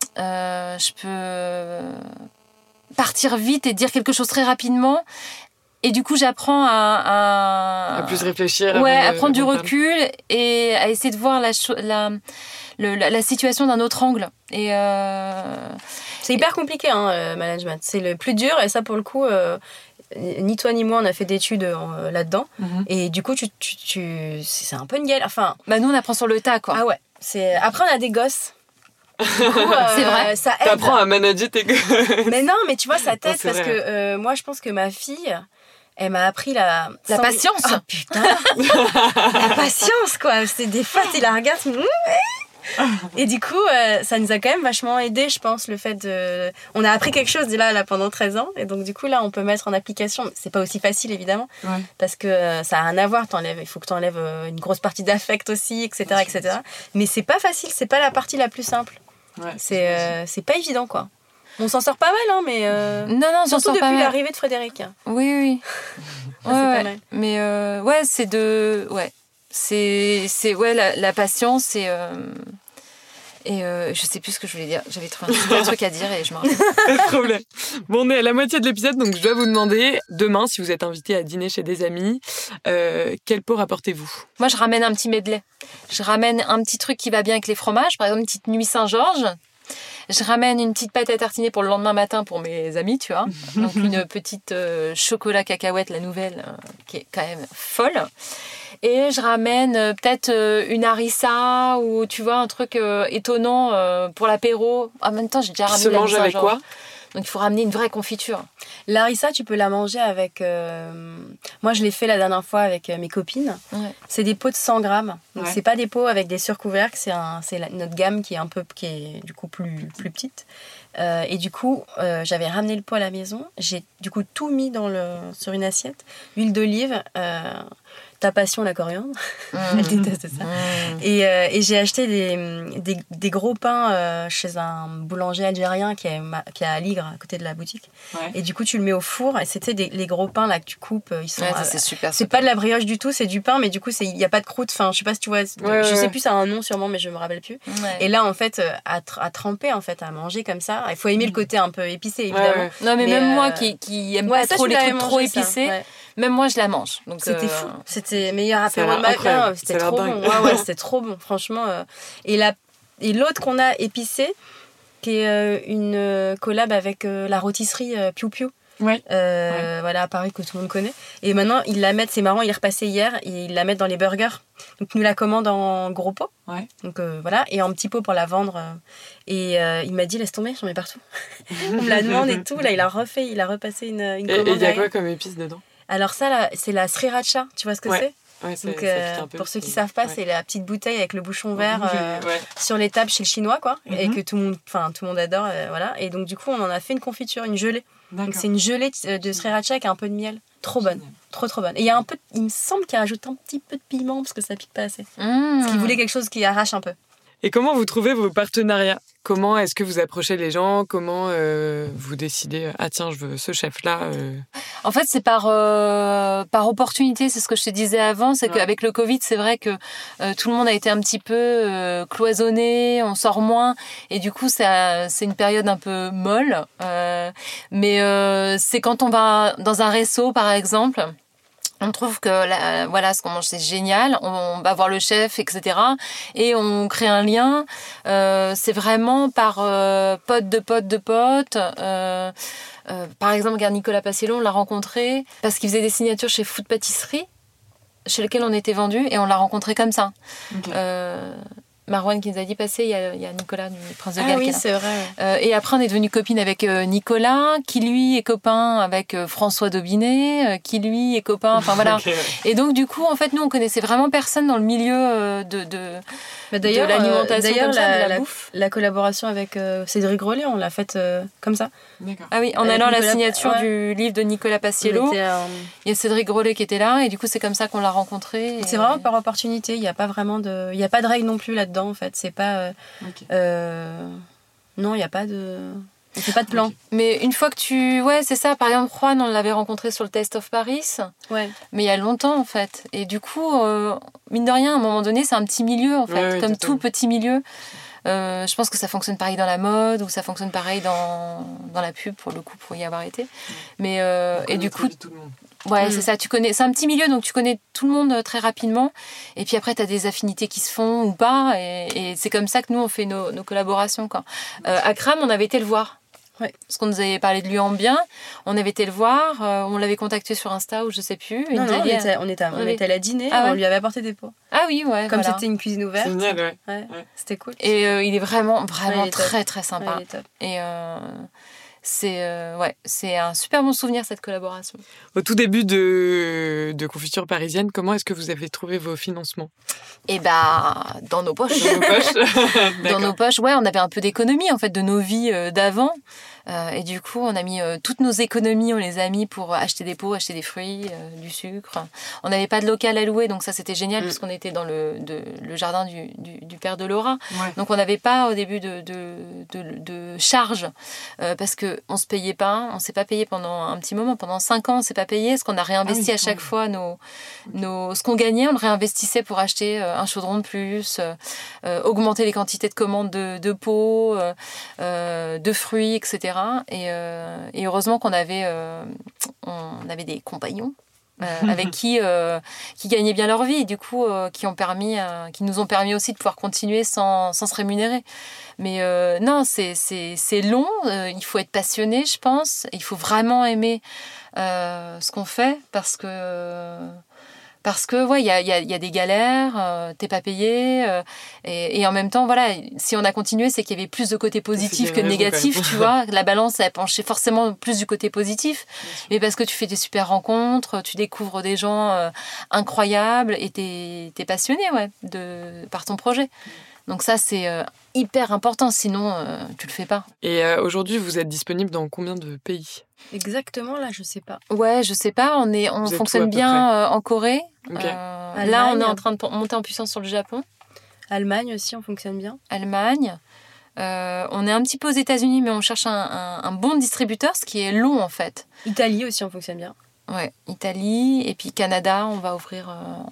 je peux partir vite et dire quelque chose très rapidement Et du coup, j'apprends à plus réfléchir. Ouais, à prendre du recul et à essayer de voir la situation d'un autre angle. Et c'est hyper compliqué, management. C'est le plus dur, et ça, pour le coup, ni toi ni moi, on a fait d'études là-dedans. Et du coup, c'est un peu une galère. Enfin, nous, on apprend sur le tas, quoi. Ah ouais. Après, on a des gosses. Du coup, c'est vrai. Ça aide. T'apprends à manager tes gosses. Mais non, mais tu vois, ça t'aide parce que moi, je pense que ma fille, elle m'a appris la patience. Oh putain. La patience, quoi. C'est des fois, tu la regardes. Et du coup, ça nous a quand même vachement aidé, je pense, le fait de... On a appris quelque chose là pendant 13 ans. Et donc, du coup, là, on peut mettre en application. C'est pas aussi facile, évidemment. Ouais. Parce que ça a rien à voir. Il faut que tu enlèves une grosse partie d'affect aussi, etc., etc. Mais c'est pas facile. C'est pas la partie la plus simple. Ouais, c'est pas évident, quoi. On s'en sort pas mal, mais... Non, surtout depuis l'arrivée de Frédéric. Oui. C'est pas mal. Mais c'est de... Ouais. C'est la patience et je sais plus ce que je voulais dire. J'avais trouvé un truc à dire et je m'en rappelle. Pas de problème. Bon, on est à la moitié de l'épisode, donc je dois vous demander, demain, si vous êtes invité à dîner chez des amis, quel pot rapportez-vous ? Moi, je ramène un petit medley. Je ramène un petit truc qui va bien avec les fromages, par exemple une petite nuit Saint-Georges. Je ramène une petite pâte à tartiner pour le lendemain matin pour mes amis, tu vois. Donc une petite chocolat cacahuète, la nouvelle, qui est quand même folle. Et je ramène peut-être une harissa ou tu vois un truc étonnant pour l'apéro. En même temps, j'ai déjà ramené. Se mange avec quoi ? Donc il faut ramener une vraie confiture. L'harissa, tu peux la manger avec... Moi, je l'ai fait la dernière fois avec mes copines. Ouais. C'est des pots de 100 grammes. Donc, c'est pas des pots avec des surcouvercles. C'est notre gamme qui est du coup plus petite. Et du coup, j'avais ramené le pot à la maison. J'ai du coup tout mis sur une assiette. Huile d'olive... ta passion, la coriandre. Elle déteste ça. Et j'ai acheté des gros pains chez un boulanger algérien qui est à Ligre, à côté de la boutique. Ouais. Et du coup, tu le mets au four. Et c'était les gros pains là, que tu coupes. Ils sont, ça, c'est super. C'est pas de la brioche du tout, c'est du pain, mais du coup, il n'y a pas de croûte. Enfin, je sais pas si tu vois. Je sais plus, ça a un nom sûrement, mais je me rappelle plus. Ouais. Et là, en fait, à tremper, en fait, à manger comme ça. Il faut aimer le côté un peu épicé, évidemment. Ouais. Non, mais même moi qui aime pas trop les trucs trop épicés. Même moi, je la mange. Donc, c'était fou. C'était meilleur apéro de ma vie. C'était trop bon. Ouais, c'était trop bon, franchement. Et l'autre qu'on a épicé, qui est une collab avec la rôtisserie Piu Piu. Ouais. Voilà, à Paris, que tout le monde connaît. Et maintenant, ils la mettent, c'est marrant, ils repassaient hier, et ils la mettent dans les burgers. Donc, nous la commandent en gros pot. Ouais. Donc, voilà. Et en petit pot pour la vendre. Et il m'a dit, laisse tomber, j'en mets partout. On me la demande et tout. Là, il a repassé une commande. Et il y a quoi comme épices dedans ? Alors ça, là, c'est la sriracha, tu vois ce que c'est ? Ouais, donc, pour ceux qui savent pas, c'est la petite bouteille avec le bouchon vert sur les tables chez le chinois, quoi, et que tout le monde adore, voilà. Et donc du coup, on en a fait une confiture, une gelée. D'accord. Donc c'est une gelée de sriracha avec un peu de miel, trop bonne, trop bonne. Et il me semble qu'il rajoute un petit peu de piment parce que ça pique pas assez. Parce qu'il voulait quelque chose qui arrache un peu. Et comment vous trouvez vos partenariats ? Comment est-ce que vous approchez les gens ? Comment vous décidez « Ah tiens, je veux ce chef-là » En fait, c'est par opportunité, c'est ce que je te disais avant. C'est qu'avec le Covid, c'est vrai que tout le monde a été un petit peu cloisonné, on sort moins. Et du coup, c'est une période un peu molle. Mais c'est quand on va dans un resto, par exemple... On trouve que ce qu'on mange c'est génial, on va voir le chef, etc. Et on crée un lien. C'est vraiment par pote de pote. Par exemple, regarde Nicolas Paciello, on l'a rencontré parce qu'il faisait des signatures chez Food Pâtisserie, chez lequel on était vendu, et on l'a rencontré comme ça. Okay. Marouane qui nous a dit passer, il y a Nicolas du Prince de Galles. Ah oui, c'est vrai. Et après, on est devenu copine avec Nicolas, qui lui est copain avec François Daubinet, qui lui est copain, enfin voilà. Okay. Et donc, du coup, en fait, nous, on connaissait vraiment personne dans le milieu de l'alimentation, d'ailleurs, de la bouffe. La collaboration avec Cédric Grolet, on l'a faite comme ça. D'accord. Ah oui, en allant à la signature du livre de Nicolas Paciello, il y a Cédric Grolet qui était là, et du coup, c'est comme ça qu'on l'a rencontré. C'est vraiment par opportunité, il n'y a pas vraiment il n'y a pas de règle non plus là-dedans. En fait, c'est pas non, il y a pas de on fait pas de plan. Okay. Mais une fois que c'est ça, par exemple Juan, on l'avait rencontré sur le Taste of Paris. Ouais. Mais il y a longtemps en fait. Et du coup mine de rien, à un moment donné, c'est un petit milieu en fait, comme tout petit milieu. Je pense que ça fonctionne pareil dans la mode ou ça fonctionne pareil dans la pub pour le coup, pour y avoir été. Mais et du coup tout le monde. Ouais, c'est ça. Tu connais. C'est un petit milieu, donc tu connais tout le monde très rapidement. Et puis après, tu as des affinités qui se font ou pas. Et c'est comme ça que nous, on fait nos collaborations. Quoi. Akram, on avait été le voir. Ouais. Parce qu'on nous avait parlé de lui en bien. On avait été le voir. On l'avait contacté sur Insta ou je sais plus. Non, on était à la dîner. On lui avait apporté des pots. Ah oui, ouais. Comme c'était une cuisine ouverte. C'est génial, ouais. C'était cool. Et il est vraiment très, très sympa. Ouais, il est top. Et c'est un super bon souvenir, cette collaboration. Au tout début de Confiture Parisienne, comment est-ce que vous avez trouvé vos financements ? Et dans nos poches. Dans nos poches, ouais, on avait un peu d'économie en fait de nos vies d'avant. Et du coup, on a mis toutes nos économies, on les a mis pour acheter des pots, acheter des fruits, du sucre. On n'avait pas de local à louer, donc ça c'était génial puisqu'on était dans le jardin du père de Laura. Ouais. Donc on n'avait pas au début de charges parce que on se payait pas, on s'est pas payé pendant un petit moment, pendant 5 ans on s'est pas payé, parce qu'on a réinvesti à chaque fois ce qu'on gagnait, on le réinvestissait pour acheter un chaudron de plus, augmenter les quantités de commandes de pots, de fruits, etc. Et heureusement qu'on avait des compagnons avec qui gagnaient bien leur vie, du coup qui nous ont permis aussi de pouvoir continuer sans se rémunérer. Mais non, c'est long, il faut être passionné, je pense, il faut vraiment aimer ce qu'on fait parce que ouais, il y a des galères, t'es pas payé, et en même temps, voilà, si on a continué, c'est qu'il y avait plus de côté positif que de négatif, tu vois. La balance a penché forcément plus du côté positif, mais parce que tu fais des super rencontres, tu découvres des gens incroyables, et t'es passionné, ouais, par ton projet. Donc ça, c'est hyper important, sinon tu le fais pas. Et aujourd'hui, vous êtes disponible dans combien de pays ? Exactement, là, je sais pas. Ouais, je sais pas, on fonctionne bien en Corée. Okay. Là, on est en train de monter en puissance sur le Japon. Allemagne aussi, on fonctionne bien. Allemagne. On est un petit peu aux États-Unis, mais on cherche un bon distributeur, ce qui est long en fait. Italie aussi, on fonctionne bien. Ouais, Italie, et puis Canada, on va ouvrir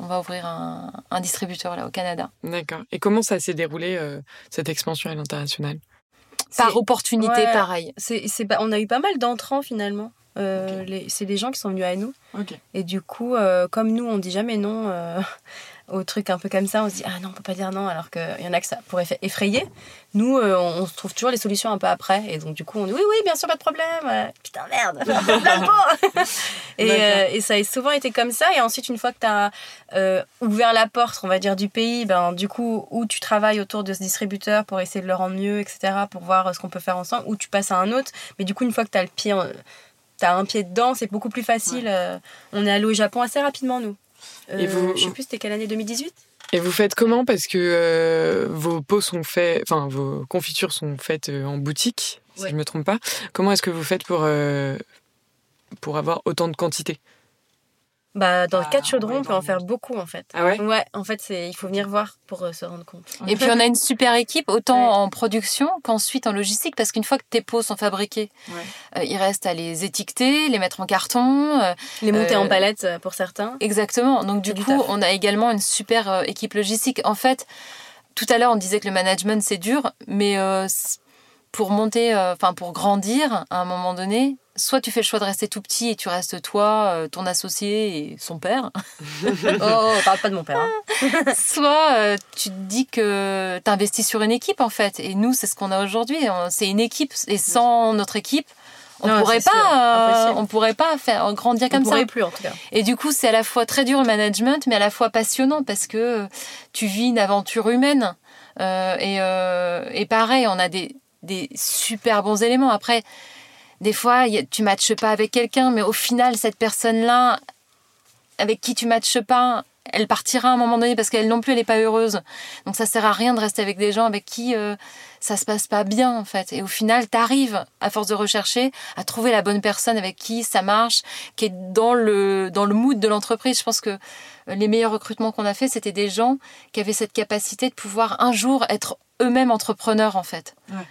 un distributeur là au Canada. D'accord. Et comment ça s'est déroulé cette expansion à l'international ? Par opportunité, pareil. On a eu pas mal d'entrants finalement. C'est des gens qui sont venus à nous. Okay. Et du coup, comme nous, on dit jamais non aux trucs un peu comme ça, on se dit ah non, on peut pas dire non, alors qu'il y en a que ça pourrait effrayer. Nous, on se trouve toujours les solutions un peu après. Et donc, du coup, on dit oui, bien sûr, pas de problème. Putain, merde, plein de pots. Et ça a souvent été comme ça. Et ensuite, une fois que tu as ouvert la porte, on va dire, du pays, du coup, où tu travailles autour de ce distributeur pour essayer de le rendre mieux, etc., pour voir ce qu'on peut faire ensemble, ou tu passes à un autre. Mais du coup, une fois que tu as t'as un pied dedans, c'est beaucoup plus facile. Ouais. On est allé au Japon assez rapidement, nous. Et vous... Je sais plus, c'était quelle année, 2018 ? Et vous faites comment ? Parce que vos pots sont faits, enfin vos confitures sont faites en boutique, si je me trompe pas. Comment est-ce que vous faites pour avoir autant de quantité ? Dans le cas de chaudron, on peut en faire beaucoup en fait. Ah ouais ? Ouais, en fait, il faut venir voir pour se rendre compte. Et puis on a une super équipe, autant en production qu'ensuite en logistique, parce qu'une fois que tes pots sont fabriqués, il reste à les étiqueter, les mettre en carton. Les monter en palette pour certains. Exactement. Donc du coup, on a également une super équipe logistique. En fait, tout à l'heure, on disait que le management, c'est dur, mais pour pour grandir, à un moment donné, soit tu fais le choix de rester tout petit et tu restes toi, ton associé et son père. Parle pas de mon père. Hein. Soit tu te dis que tu investis sur une équipe en fait. Et nous, c'est ce qu'on a aujourd'hui. C'est une équipe. Et sans notre équipe, on pourrait pas faire grandir comme ça. On pourrait plus en tout cas. Et du coup, c'est à la fois très dur le management, mais à la fois passionnant parce que tu vis une aventure humaine. Et pareil, on a des super bons éléments. Après, des fois, tu matches pas avec quelqu'un, mais au final, cette personne-là, avec qui tu matches pas, elle partira à un moment donné parce qu'elle non plus, elle est pas heureuse. Donc ça sert à rien de rester avec des gens avec qui ça se passe pas bien, en fait. Et au final, t'arrives, à force de rechercher, à trouver la bonne personne avec qui ça marche, qui est dans le mood de l'entreprise. Je pense que les meilleurs recrutements qu'on a fait, c'était des gens qui avaient cette capacité de pouvoir un jour être eux-mêmes entrepreneurs, en fait. Ouais.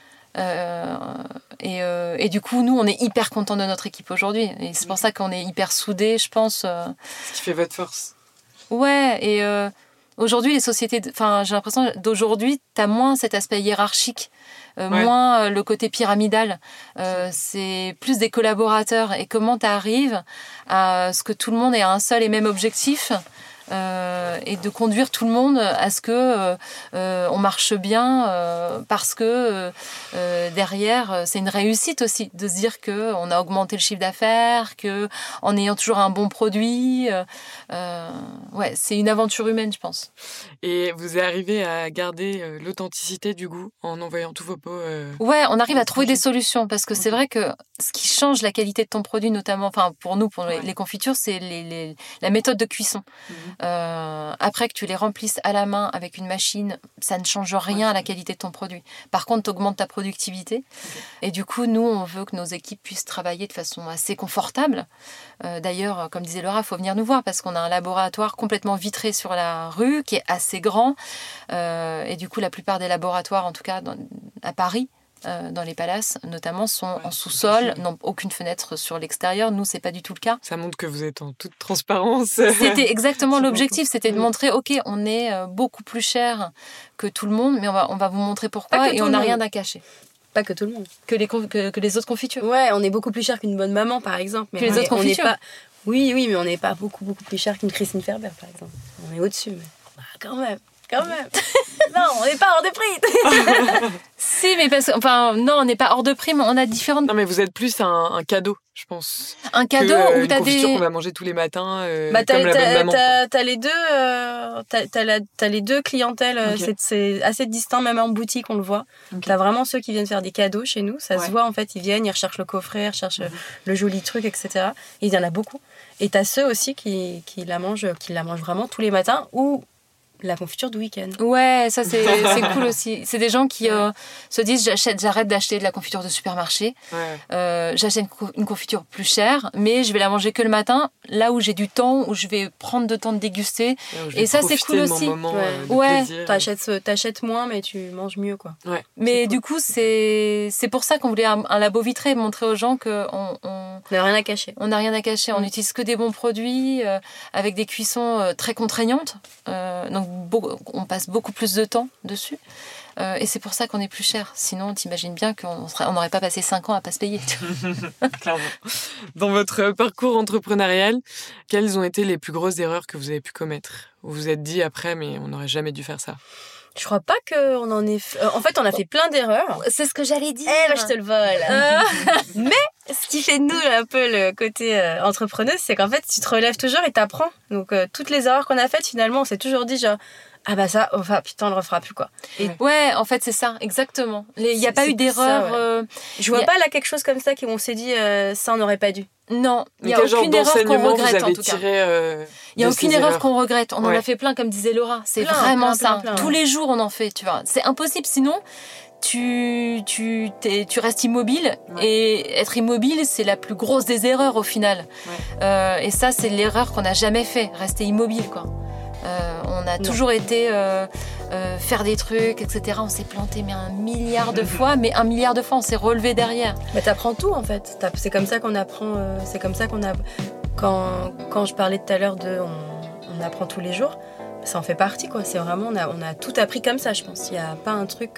Et du coup, nous, on est hyper contents de notre équipe aujourd'hui. Et c'est pour ça qu'on est hyper soudés, je pense. Ce qui fait votre force. Ouais, et aujourd'hui, les sociétés... j'ai l'impression d'aujourd'hui, t'as moins cet aspect hiérarchique moins le côté pyramidal. C'est plus des collaborateurs. Et comment tu arrives à ce que tout le monde ait un seul et même objectif et de conduire tout le monde à ce que on marche bien parce que derrière c'est une réussite aussi de se dire que on a augmenté le chiffre d'affaires, que en ayant toujours un bon produit, c'est une aventure humaine, je pense. Et vous arrivez à garder l'authenticité du goût en envoyant tous vos pots Ouais, on arrive à trouver des solutions parce que c'est vrai que ce qui change la qualité de ton produit, notamment, enfin pour nous, pour les confitures, c'est la méthode de cuisson. Après que tu les remplisses à la main avec une machine, ça ne change rien à la qualité de ton produit. Par contre, tu augmentes ta productivité. Et du coup, nous, on veut que nos équipes puissent travailler de façon assez confortable. D'ailleurs, comme disait Laura, il faut venir nous voir parce qu'on a un laboratoire complètement vitré sur la rue qui est assez grand. Et du coup, la plupart des laboratoires, en tout cas à Paris, dans les palaces notamment, sont en sous-sol, n'ont aucune fenêtre sur l'extérieur. Nous, c'est pas du tout le cas. Ça montre que vous êtes en toute transparence. C'était exactement l'objectif, c'était de montrer, ok, on est beaucoup plus cher que tout le monde, mais on va vous montrer pourquoi et on n'a rien à cacher. Pas que tout le monde. Que les autres confitures. Ouais, on est beaucoup plus cher qu'une bonne maman, par exemple. Mais que les autres confitures. Oui, mais on n'est pas beaucoup plus cher qu'une Christine Ferber, par exemple. On est au-dessus, mais quand même. Non, on n'est pas hors de prix. Si, mais non, on n'est pas hors de prix, mais on a différentes... Non, mais vous êtes plus un cadeau, je pense. Un cadeau où t'as une confiture qu'on va manger tous les matins, comme la bonne maman. T'as les deux, t'as les deux clientèles. Okay. C'est assez distinct, même en boutique, on le voit. Okay. T'as vraiment ceux qui viennent faire des cadeaux chez nous. Ça se voit, en fait, ils viennent, ils recherchent le coffret, ils recherchent le joli truc, etc. Et il y en a beaucoup. Et t'as ceux aussi qui la mangent vraiment tous les matins ou la confiture du week-end. Ouais, ça c'est cool aussi. C'est des gens qui se disent j'arrête d'acheter de la confiture de supermarché. J'achète une confiture plus chère, mais je vais la manger que le matin, là où j'ai du temps, où je vais prendre le temps de déguster. Et ça c'est cool aussi. T'achètes moins, mais tu manges mieux, quoi. Ouais, mais du coup c'est pour ça qu'on voulait un labo vitré, montrer aux gens que on n'a rien à cacher. On n'a rien à cacher. On n'utilise que des bons produits avec des cuissons très contraignantes. Donc on passe beaucoup plus de temps dessus et c'est pour ça qu'on est plus cher. Sinon, t'imagines bien qu'on n'aurait pas passé 5 ans à pas se payer. Clairement. Dans votre parcours entrepreneurial, quelles ont été les plus grosses erreurs que vous avez pu commettre? Vous vous êtes dit après, mais on n'aurait jamais dû faire ça. Je crois pas qu'on en ait fait... En fait, on a fait plein d'erreurs. C'est ce que j'allais dire. Je te le vole. Mais ce qui fait de nous un peu le côté entrepreneuse, c'est qu'en fait, tu te relèves toujours et t'apprends. Donc, toutes les erreurs qu'on a faites, finalement, on s'est toujours dit genre... Ah bah ça, putain, on le refera plus, quoi. Ouais, en fait, c'est ça, exactement. Il n'y a pas eu d'erreur. Ça, ouais. Je vois pas là quelque chose comme ça où on s'est dit ça, on n'aurait pas dû. Non, il n'y a aucune erreur qu'on regrette, en tout cas. Il n'y a aucune erreur qu'on regrette. On en a fait plein, comme disait Laura. C'est vraiment ça. Tous les jours, on en fait, tu vois. C'est impossible, sinon... Tu restes immobile et être immobile, c'est la plus grosse des erreurs au final. Et ça, c'est l'erreur qu'on n'a jamais fait, rester immobile, quoi. On a toujours été faire des trucs, etc. On s'est planté mais 1 milliard de fois, mais 1 milliard de fois, on s'est relevé derrière. Mais t'apprends tout, en fait. C'est comme ça qu'on apprend. C'est comme ça qu'on a. Quand je parlais tout à l'heure on apprend tous les jours. Ça en fait partie, quoi. C'est vraiment, on a tout appris comme ça, je pense. Il n'y a pas un truc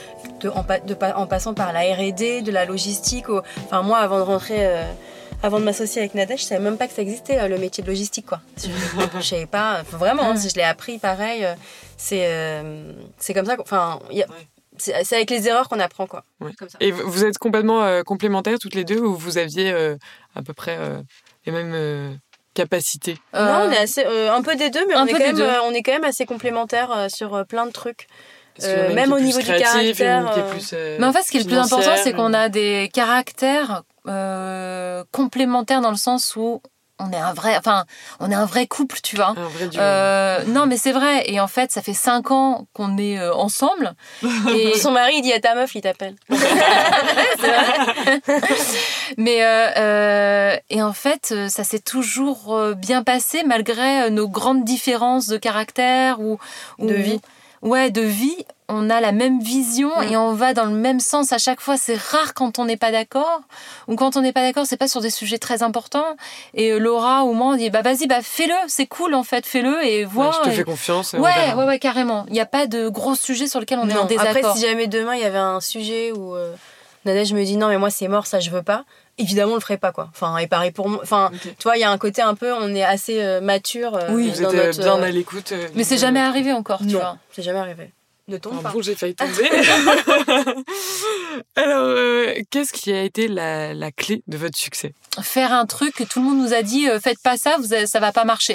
en passant par la R&D, de la logistique. Enfin, moi, avant de m'associer avec Nadège, je ne savais même pas que ça existait, le métier de logistique, quoi. Je ne savais pas, vraiment, je l'ai appris pareil. C'est comme ça, enfin, c'est avec les erreurs qu'on apprend, quoi. Ouais. Comme ça. Et vous êtes complètement complémentaires toutes les deux, ou vous aviez à peu près les mêmes... capacité. Non, on est assez, un peu des deux, mais on est quand même assez complémentaires sur plein de trucs. Même au niveau du caractère. Mais en fait, ce qui est le plus important, c'est qu'on a des caractères complémentaires dans le sens où on est un vrai couple, tu vois. Un vrai duo. Non, mais c'est vrai. Et en fait, ça fait 5 ans qu'on est ensemble. Et son mari, il dit à ta meuf, il t'appelle. C'est vrai. Mais et en fait, ça s'est toujours bien passé malgré nos grandes différences de caractère ou de vie. Ouais, de vie. on a la même vision et on va dans le même sens à chaque fois. C'est rare quand on n'est pas d'accord. Ou quand on n'est pas d'accord, c'est pas sur des sujets très importants. Et Laura ou moi, on dit vas-y, fais-le, c'est cool en fait, fais-le et vois. Je te fais confiance. Ouais, carrément. Il n'y a pas de gros sujets sur lesquels on est en désaccord. Après, si jamais demain il y avait un sujet où Nadège me dit non, mais moi c'est mort, ça je veux pas. Évidemment, on le ferait pas, quoi. Enfin, et pareil pour moi. Enfin, tu vois, il y a un côté un peu, on est assez mature. Oui, vous êtes bien à l'écoute. Mais c'est jamais arrivé encore, tu vois. Non, c'est jamais arrivé. Ne tombe pas. Bon, j'ai failli tomber. Alors, qu'est-ce qui a été la clé de votre succès ? Faire un truc que tout le monde nous a dit, faites pas ça, ça va pas marcher.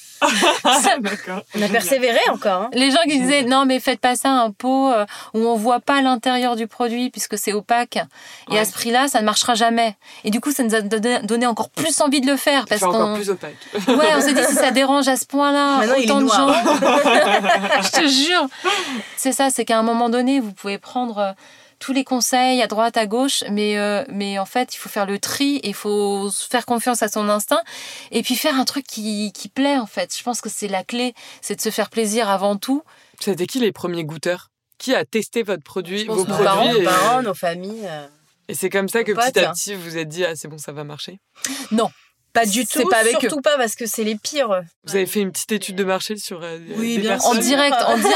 D'accord. On a persévéré encore. Hein. Les gens qui disaient non mais faites pas ça, un pot où on voit pas l'intérieur du produit puisque c'est opaque et à ce prix-là ça ne marchera jamais. Et du coup ça nous a donné encore plus envie de le faire parce encore plus opaque. Ouais, on s'est dit si ça dérange à ce point-là maintenant, autant de gens. Je te jure. C'est ça, c'est qu'à un moment donné vous pouvez prendre tous les conseils à droite, à gauche, mais en fait, il faut faire le tri et il faut faire confiance à son instinct et puis faire un truc qui plaît, en fait. Je pense que c'est la clé, c'est de se faire plaisir avant tout. C'était qui les premiers goûteurs ? Qui a testé votre produit, vos nos produits parents, nos familles. Et c'est comme ça que potes. petit à petit, vous vous êtes dit, c'est bon, ça va marcher ? Non. Pas du tout, pas avec surtout pas parce que c'est les pires. Vous avez fait une petite étude de marché sur Oui, des bien personnes ? En direct,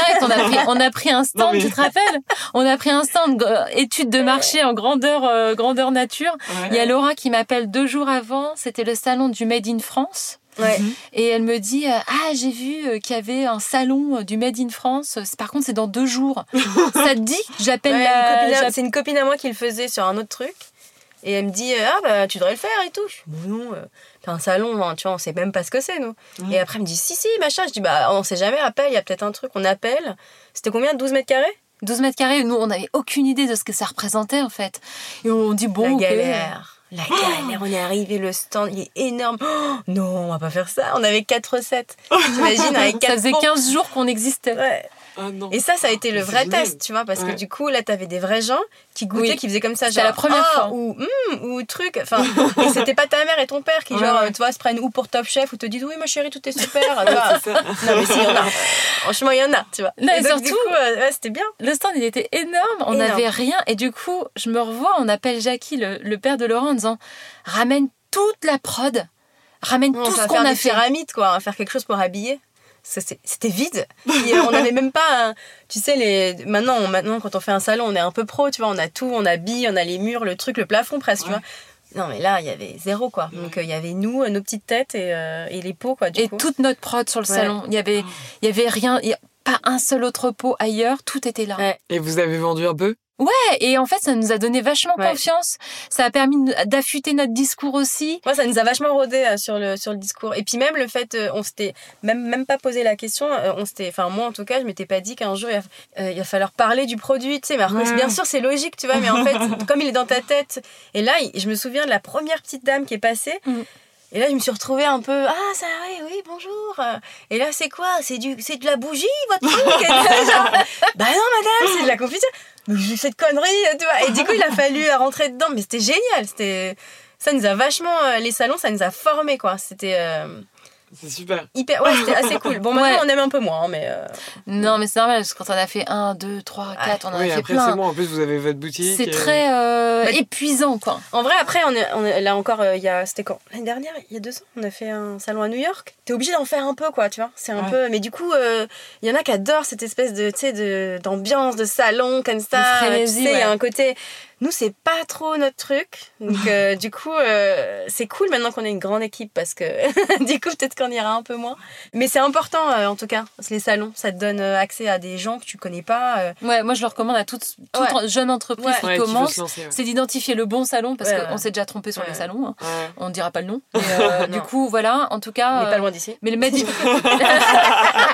on a pris un stand, tu te rappelles ? On a pris un stand, étude de marché en grandeur nature. Ouais. Il y a Laura qui m'appelle 2 jours avant, c'était le salon du Made in France. Ouais. Et elle me dit j'ai vu qu'il y avait un salon du Made in France. Par contre, c'est dans 2 jours. Ça te dit ? J'appelle c'est une copine à moi qui le faisait sur un autre truc. Et elle me dit tu devrais le faire et tout. Je dis non, t'as un salon, hein, tu vois, on sait même pas ce que c'est nous. Et après elle me dit si machin. Je dis on sait jamais, appelle, il y a peut-être un truc, on appelle. C'était combien, 12 mètres carrés ? 12 mètres carrés, nous on n'avait aucune idée de ce que ça représentait en fait. Et on dit bon, La galère, on est arrivé, le stand, il est énorme. Oh, non, on va pas faire ça. On avait 4 recettes. T'imagines, avec 4 ça faisait 15 jours qu'on existait. Ouais. Ah non. Et ça a été le vrai test, tu vois, parce que du coup, là, t'avais des vrais gens qui goûtaient, qui faisaient comme ça, genre, la première fois. ou truc, enfin, et c'était pas ta mère et ton père qui, tu vois, se prennent ou pour Top Chef ou te disent, oui, ma chérie, tout est super, tu vois. Non, mais si, il y en a. Franchement, il y en a, tu vois. Non, et donc, surtout, du coup, c'était bien. Le stand, il était énorme, on n'avait rien, et du coup, je me revois, on appelle Jackie, le père de Laurent, en disant, ramène toute la prod, ramène tout ce qu'on a fait. Pyramide, quoi, on va faire quelque chose pour habiller. C'était vide. Et on n'avait même pas, tu sais, maintenant, quand on fait un salon, on est un peu pro, tu vois, on a tout, on habille, on a les murs, le truc, le plafond presque, tu vois. Non, mais là, il y avait zéro, quoi. Donc, il y avait nous, nos petites têtes et les pots, quoi, du coup. Et toute notre prod sur le salon. Il y avait rien, pas un seul autre pot ailleurs, tout était là. Ouais. Et vous avez vendu un peu ? Ouais, et en fait, ça nous a donné vachement confiance. Ça a permis d'affûter notre discours aussi. Ouais, ça nous a vachement rodé sur le discours. Et puis même le fait, on s'était même pas posé la question. Moi en tout cas, je m'étais pas dit qu'un jour il va falloir parler du produit, tu sais. Mais alors que bien sûr c'est logique, tu vois. Mais en fait, comme il est dans ta tête. Et là, je me souviens de la première petite dame qui est passée. Et là, je me suis retrouvée un peu, ça, oui, bonjour. Et là, c'est quoi ? C'est de la bougie, votre truc ? Et genre, bah non, madame, c'est de la confiture. Mais j'ai fait de conneries, tu vois. Et du coup, il a fallu rentrer dedans. Mais c'était génial. Ça nous a vachement, les salons, ça nous a formés, quoi. C'était c'est super. Hyper, ouais, c'était assez cool. Bon, maintenant, on aime un peu moins, mais... Non, mais c'est normal, parce que quand on a fait 1, 2, 3, 4, on en a fait après, plein. c'est bon, en plus, vous avez votre boutique. C'est très épuisant, quoi. En vrai, après, là encore, c'était quand ? L'année dernière, il y a 2 ans, on a fait un salon à New York. T'es obligé d'en faire un peu, quoi, tu vois. C'est un peu... Mais du coup, il y en a qui adorent cette espèce de, tu sais, d'ambiance, de salon, comme ça. Frénésie, tu sais, il y a un côté... Nous, c'est pas trop notre truc. Donc, du coup, c'est cool maintenant qu'on est une grande équipe parce que, du coup, peut-être qu'on ira un peu moins. Mais c'est important, en tout cas, les salons. Ça te donne accès à des gens que tu connais pas. Ouais, moi, je le recommande à toute jeune entreprise qui commence. C'est d'identifier le bon salon parce qu'on s'est déjà trompé sur les salons. Hein. Ouais. On ne dira pas le nom. Mais, du coup, voilà, en tout cas. On n'est pas loin d'ici. Mais le Made in...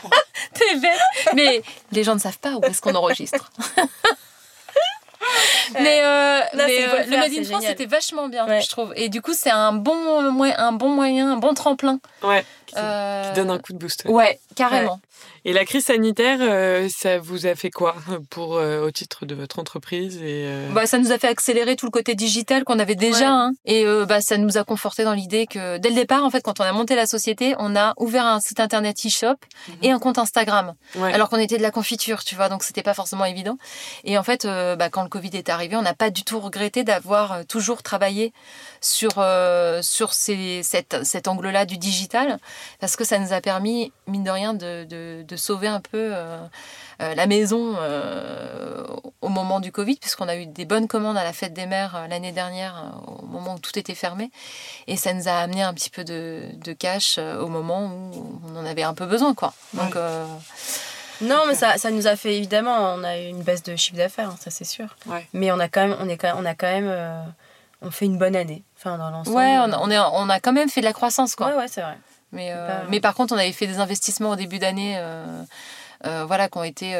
T'es bête. Mais les gens ne savent pas où est-ce qu'on enregistre. le Made in France, c'était vachement bien, je trouve. Et du coup, c'est un bon moyen, un bon tremplin. Ouais, qui donne un coup de boost. Ouais, carrément. Ouais. Et la crise sanitaire, ça vous a fait quoi au titre de votre entreprise Ça nous a fait accélérer tout le côté digital qu'on avait déjà. Hein. Et ça nous a conforté dans l'idée que, dès le départ, en fait, quand on a monté la société, on a ouvert un site internet e-shop et un compte Instagram. Ouais. Alors qu'on était de la confiture, tu vois, donc c'était pas forcément évident. Et en fait, quand le Covid est arrivé, on n'a pas du tout regretté d'avoir toujours travaillé sur cet angle-là du digital, parce que ça nous a permis, mine de rien, de sauver un peu la maison au moment du Covid, puisqu'on a eu des bonnes commandes à la fête des mères l'année dernière, au moment où tout était fermé, et ça nous a amené un petit peu de cash au moment où on en avait un peu besoin, quoi. Donc, non, mais ça nous a fait, évidemment, on a eu une baisse de chiffre d'affaires, ça c'est sûr. Ouais. Mais on fait une bonne année, enfin dans l'ensemble. Ouais, on a quand même fait de la croissance, quoi. Ouais, c'est vrai. Mais par contre, on avait fait des investissements au début d'année, qui ont été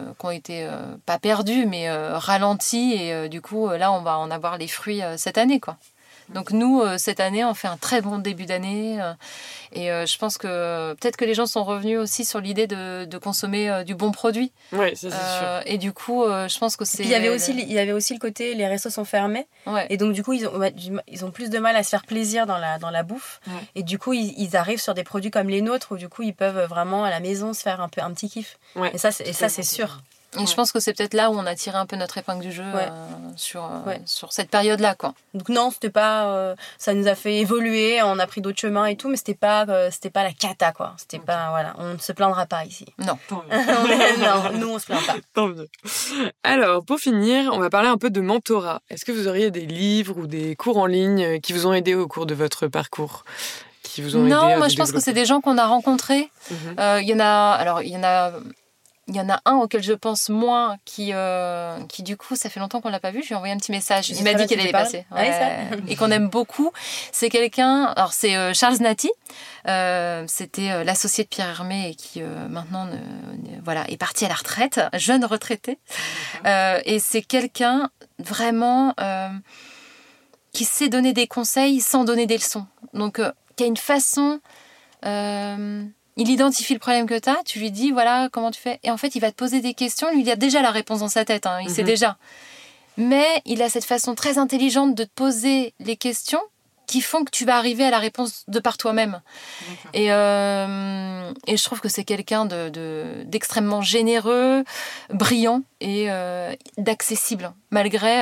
pas perdus, mais ralentis. Et du coup, là, on va en avoir les fruits cette année, quoi. Donc nous, cette année, on fait un très bon début d'année. Et je pense que peut-être que les gens sont revenus aussi sur l'idée de consommer du bon produit. Oui, ça c'est sûr. Et du coup, je pense que c'est... Il y avait aussi le côté, les restos sont fermés. Ouais. Et donc du coup, ils ont plus de mal à se faire plaisir dans la bouffe. Ouais. Et du coup, ils arrivent sur des produits comme les nôtres, où du coup, ils peuvent vraiment à la maison se faire un petit kiff. Ouais. Et ça, c'est sûr. Et je pense que c'est peut-être là où on a tiré un peu notre épingle du jeu sur cette période-là, quoi. Donc non, c'était pas... ça nous a fait évoluer, on a pris d'autres chemins et tout, mais c'était pas la cata, quoi. C'était pas... Voilà, on ne se plaindra pas ici. Non. Non, nous, on se plaint pas. Tant mieux. Alors, pour finir, on va parler un peu de mentorat. Est-ce que vous auriez des livres ou des cours en ligne qui vous ont aidé au cours de votre parcours ? Non, moi je pense que c'est des gens qu'on a rencontrés. Il y en a... Il y en a un auquel je pense moins qui du coup, ça fait longtemps qu'on l'a pas vu. Je lui ai envoyé un petit message. Il m'a dit qu'elle allait passer. Ouais. Et qu'on aime beaucoup. C'est quelqu'un... Alors, c'est Charles Nati. C'était l'associé de Pierre Hermé et qui maintenant est parti à la retraite. Jeune retraité. Et c'est quelqu'un vraiment qui sait donner des conseils sans donner des leçons. Donc, qui a une façon... il identifie le problème que tu as, tu lui dis voilà comment tu fais, et en fait il va te poser des questions, lui il a déjà la réponse dans sa tête, il sait déjà, mais il a cette façon très intelligente de te poser les questions qui font que tu vas arriver à la réponse de par toi-même. Et je trouve que c'est quelqu'un d'extrêmement généreux, brillant et d'accessible, malgré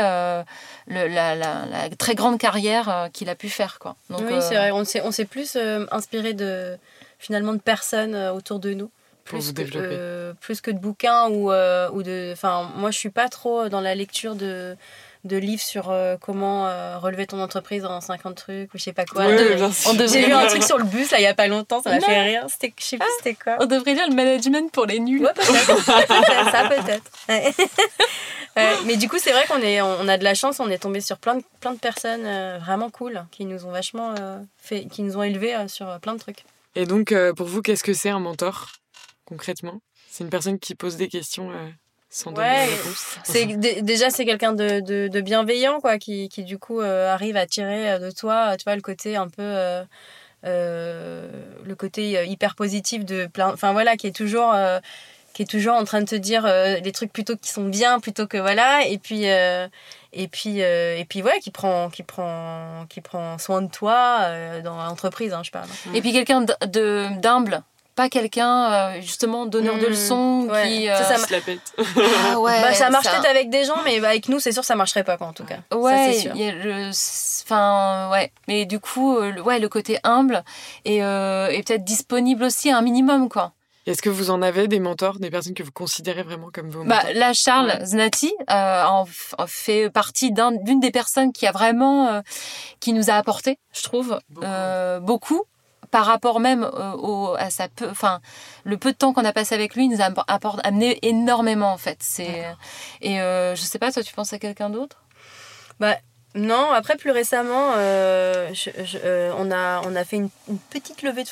la très grande carrière qu'il a pu faire, quoi. Donc, oui, c'est vrai, on s'est plus inspiré finalement de personnes autour de nous, plus que de bouquins ou de... Enfin, moi je suis pas trop dans la lecture de livres sur comment relever ton entreprise en 50 trucs ou je sais pas quoi. J'ai lu un truc sur le bus là il y a pas longtemps, ça m'a fait rire, je sais plus c'était quoi. On devrait lire le management pour les nuls. Ouais, peut-être. Mais du coup c'est vrai qu'on a de la chance, on est tombé sur plein de personnes vraiment cool qui nous ont vachement qui nous ont élevés sur plein de trucs. Et donc, pour vous, qu'est-ce que c'est un mentor, concrètement ? C'est une personne qui pose des questions sans donner de réponse. Déjà, c'est quelqu'un de bienveillant, quoi, qui du coup arrive à tirer de toi, tu vois, le côté un peu... le côté hyper positif de plein... Enfin, voilà, qui est toujours en train de te dire des trucs plutôt qui sont bien, plutôt que... Voilà, et puis ouais, qui prend soin de toi dans l'entreprise, je parle. Et puis quelqu'un d'humble, pas quelqu'un justement donneur de leçons qui ça se la pète. Ah ouais, ça marche peut-être avec des gens, mais avec nous c'est sûr ça marcherait pas, quoi, en tout cas. Ouais, ça, c'est sûr. Il y a mais du coup le côté humble et peut-être disponible aussi à un minimum, quoi. Est-ce que vous en avez des mentors, des personnes que vous considérez vraiment comme vos mentors ? Là, Charles Znati en fait partie d'une des personnes qui a vraiment qui nous a apporté, je trouve, beaucoup par rapport même à le peu de temps qu'on a passé avec lui, il nous a amené énormément, en fait. Et je sais pas, toi, tu penses à quelqu'un d'autre ? Non, après plus récemment, on a fait une petite levée de fonds.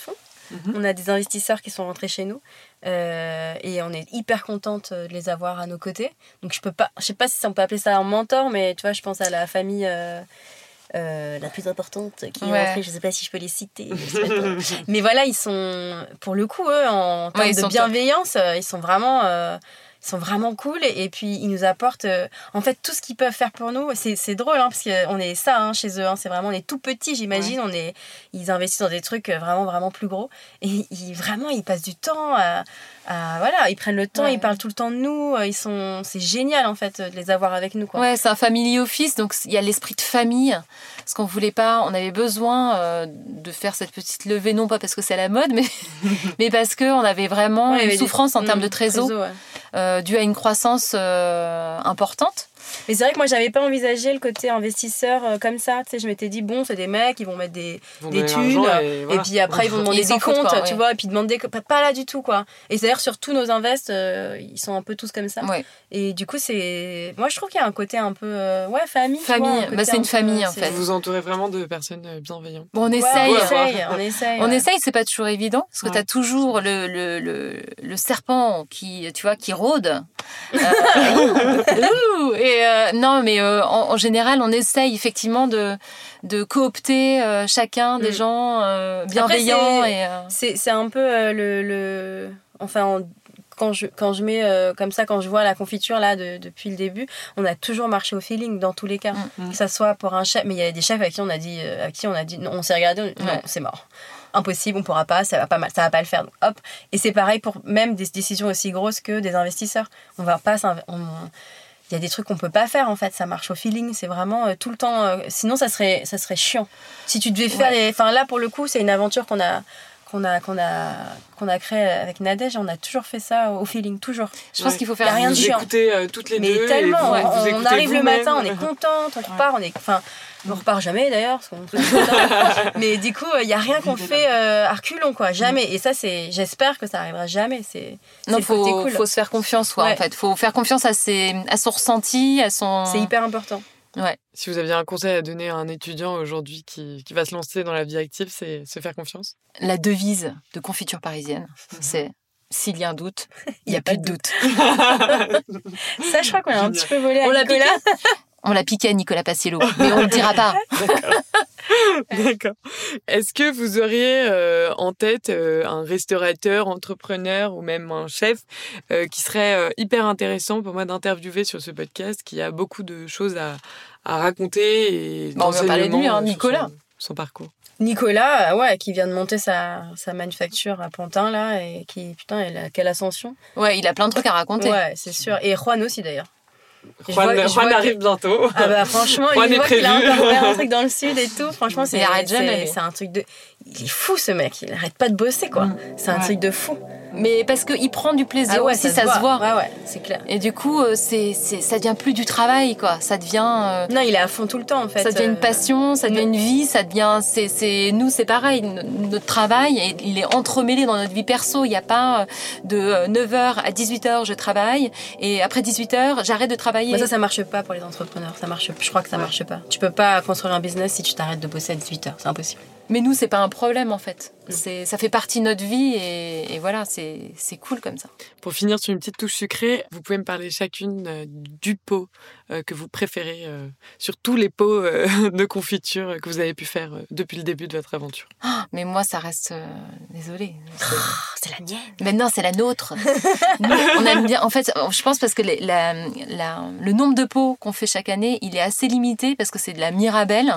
On a des investisseurs qui sont rentrés chez nous et on est hyper contente de les avoir à nos côtés. Donc je sais pas si on peut appeler ça un mentor, mais tu vois, je pense à la famille la plus importante qui est rentrée. Je sais pas si je peux les citer. Mais voilà, ils sont, pour le coup, eux, en termes de bienveillance, ils sont vraiment cool et puis ils nous apportent en fait tout ce qu'ils peuvent faire pour nous. C'est drôle parce qu'on est ça chez eux, c'est vraiment, on est tout petits, j'imagine. Ils investissent dans des trucs vraiment vraiment plus gros et ils passent du temps voilà, ils prennent le temps, ils parlent tout le temps de nous, c'est génial en fait de les avoir avec nous, quoi. Ouais, c'est un family office, donc il y a l'esprit de famille, parce qu'on voulait pas, on avait besoin de faire cette petite levée, non pas parce que c'est à la mode, mais parce que on avait vraiment une souffrance en termes de trésor, due à une croissance importante. Mais c'est vrai que moi, j'avais pas envisagé le côté investisseur comme ça. Tu sais, je m'étais dit, bon, c'est des mecs, ils vont mettre des thunes, et puis après, ils vont demander des comptes, tu vois, et puis demander... Pas là du tout, quoi. Et c'est-à-dire, sur tous nos invests, ils sont un peu tous comme ça. Ouais. Et du coup, moi, je trouve qu'il y a un côté un peu... famille. Famille, c'est une famille, en fait. Vous vous entourez vraiment de personnes bienveillantes. Bon, on essaye. On essaye, c'est pas toujours évident, parce que t'as toujours le serpent qui rôde. Non, mais en général, on essaye effectivement de coopter chacun des gens bienveillants. Après, c'est un peu enfin, quand je mets comme ça, quand je vois la confiture là depuis le début, on a toujours marché au feeling dans tous les cas. Que ça soit pour un chef, mais il y a des chefs avec qui on a dit non, on s'est regardé, non, c'est mort. Impossible, on pourra pas, ça va pas le faire. Donc, hop. Et c'est pareil pour même des décisions aussi grosses que des investisseurs. On va pas il y a des trucs qu'on peut pas faire en fait, ça marche au feeling, c'est vraiment tout le temps sinon ça serait chiant. Si tu devais faire là pour le coup, c'est une aventure qu'on a créé avec Nadège, on a toujours fait ça au feeling, toujours. Je pense qu'il faut faire rien de chiant. Vous écoutez toutes les deux. Mais tellement, et on arrive le matin, on est contente, on repart, on repart jamais d'ailleurs, parce qu'on mais du coup, il y a rien qu'on fait à reculons, quoi, jamais. Et ça, j'espère que ça arrivera jamais. Faut se faire confiance, en fait. Faut faire confiance à son ressenti, C'est hyper important. Ouais. Si vous aviez un conseil à donner à un étudiant aujourd'hui qui va se lancer dans la vie active, c'est se faire confiance. La devise de Confiture Parisienne, c'est s'il y a un doute, il n'y a plus de doute. Ça, je crois qu'on a un petit peu volé à Nicolas. On l'a piqué à Nicolas Paciello, mais on ne le dira pas. D'accord. Est-ce que vous auriez en tête un restaurateur, entrepreneur ou même un chef qui serait hyper intéressant pour moi d'interviewer sur ce podcast, qui a beaucoup de choses à raconter et on va parler de lui, Nicolas. Son parcours. Nicolas, qui vient de monter sa manufacture à Pantin, là, et qui, quelle ascension. Ouais, il a plein de trucs à raconter. Ouais, c'est sûr. Et Juan aussi, d'ailleurs. Juan arrive bientôt. Ah bah franchement, Juan il voit qu'il a encore ouvert un truc dans le sud et tout. Franchement, c'est un truc de... Il est fou, ce mec. Il arrête pas de bosser, quoi. C'est un truc de fou. Mais parce qu'il prend du plaisir aussi, ça se voit. Ouais, c'est clair. Et du coup, ça devient plus du travail, quoi. Ça devient... Non, il est à fond tout le temps, en fait. Ça devient une passion, ça devient une vie, ça devient... Nous, c'est pareil. Notre travail, il est entremêlé dans notre vie perso. Il n'y a pas de 9h à 18h, je travaille. Et après 18h, j'arrête de travailler. Mais ça marche pas pour les entrepreneurs. Je crois que ça marche pas. Tu peux pas construire un business si tu t'arrêtes de bosser à 18h. C'est impossible. Mais nous, c'est pas un problème, en fait. Ça fait partie de notre vie et voilà, c'est cool comme ça. Pour finir sur une petite touche sucrée, vous pouvez me parler chacune du pot que vous préférez sur tous les pots de confiture que vous avez pu faire depuis le début de votre aventure. Mais moi, ça reste... Désolée. C'est la mienne. Mais non, c'est la nôtre. Nous, on aime bien... En fait, je pense parce que le nombre de pots qu'on fait chaque année, il est assez limité parce que c'est de la Mirabelle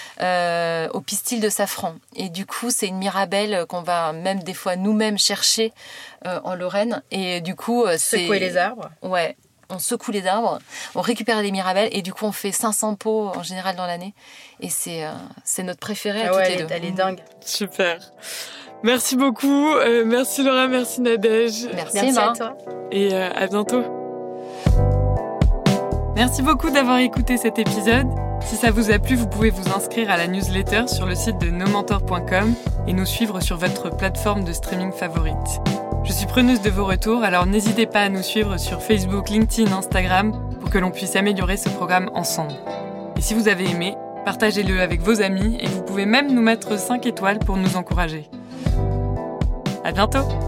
au pistil de safran. Et du coup, c'est une Mirabelle qu'on va même des fois nous-mêmes chercher en Lorraine. Et du coup, c'est... Secouer les arbres. Ouais. On secoue les arbres, on récupère des mirabelles et du coup on fait 500 pots en général dans l'année. Et c'est notre préféré à toutes les deux. Elle est dingue. Super. Merci beaucoup. Merci Laura, merci Nadège. Merci Emma. À toi. Et à bientôt. Merci beaucoup d'avoir écouté cet épisode. Si ça vous a plu, vous pouvez vous inscrire à la newsletter sur le site de nomentor.com et nous suivre sur votre plateforme de streaming favorite. Je suis preneuse de vos retours, alors n'hésitez pas à nous suivre sur Facebook, LinkedIn, Instagram pour que l'on puisse améliorer ce programme ensemble. Et si vous avez aimé, partagez-le avec vos amis et vous pouvez même nous mettre 5 étoiles pour nous encourager. À bientôt!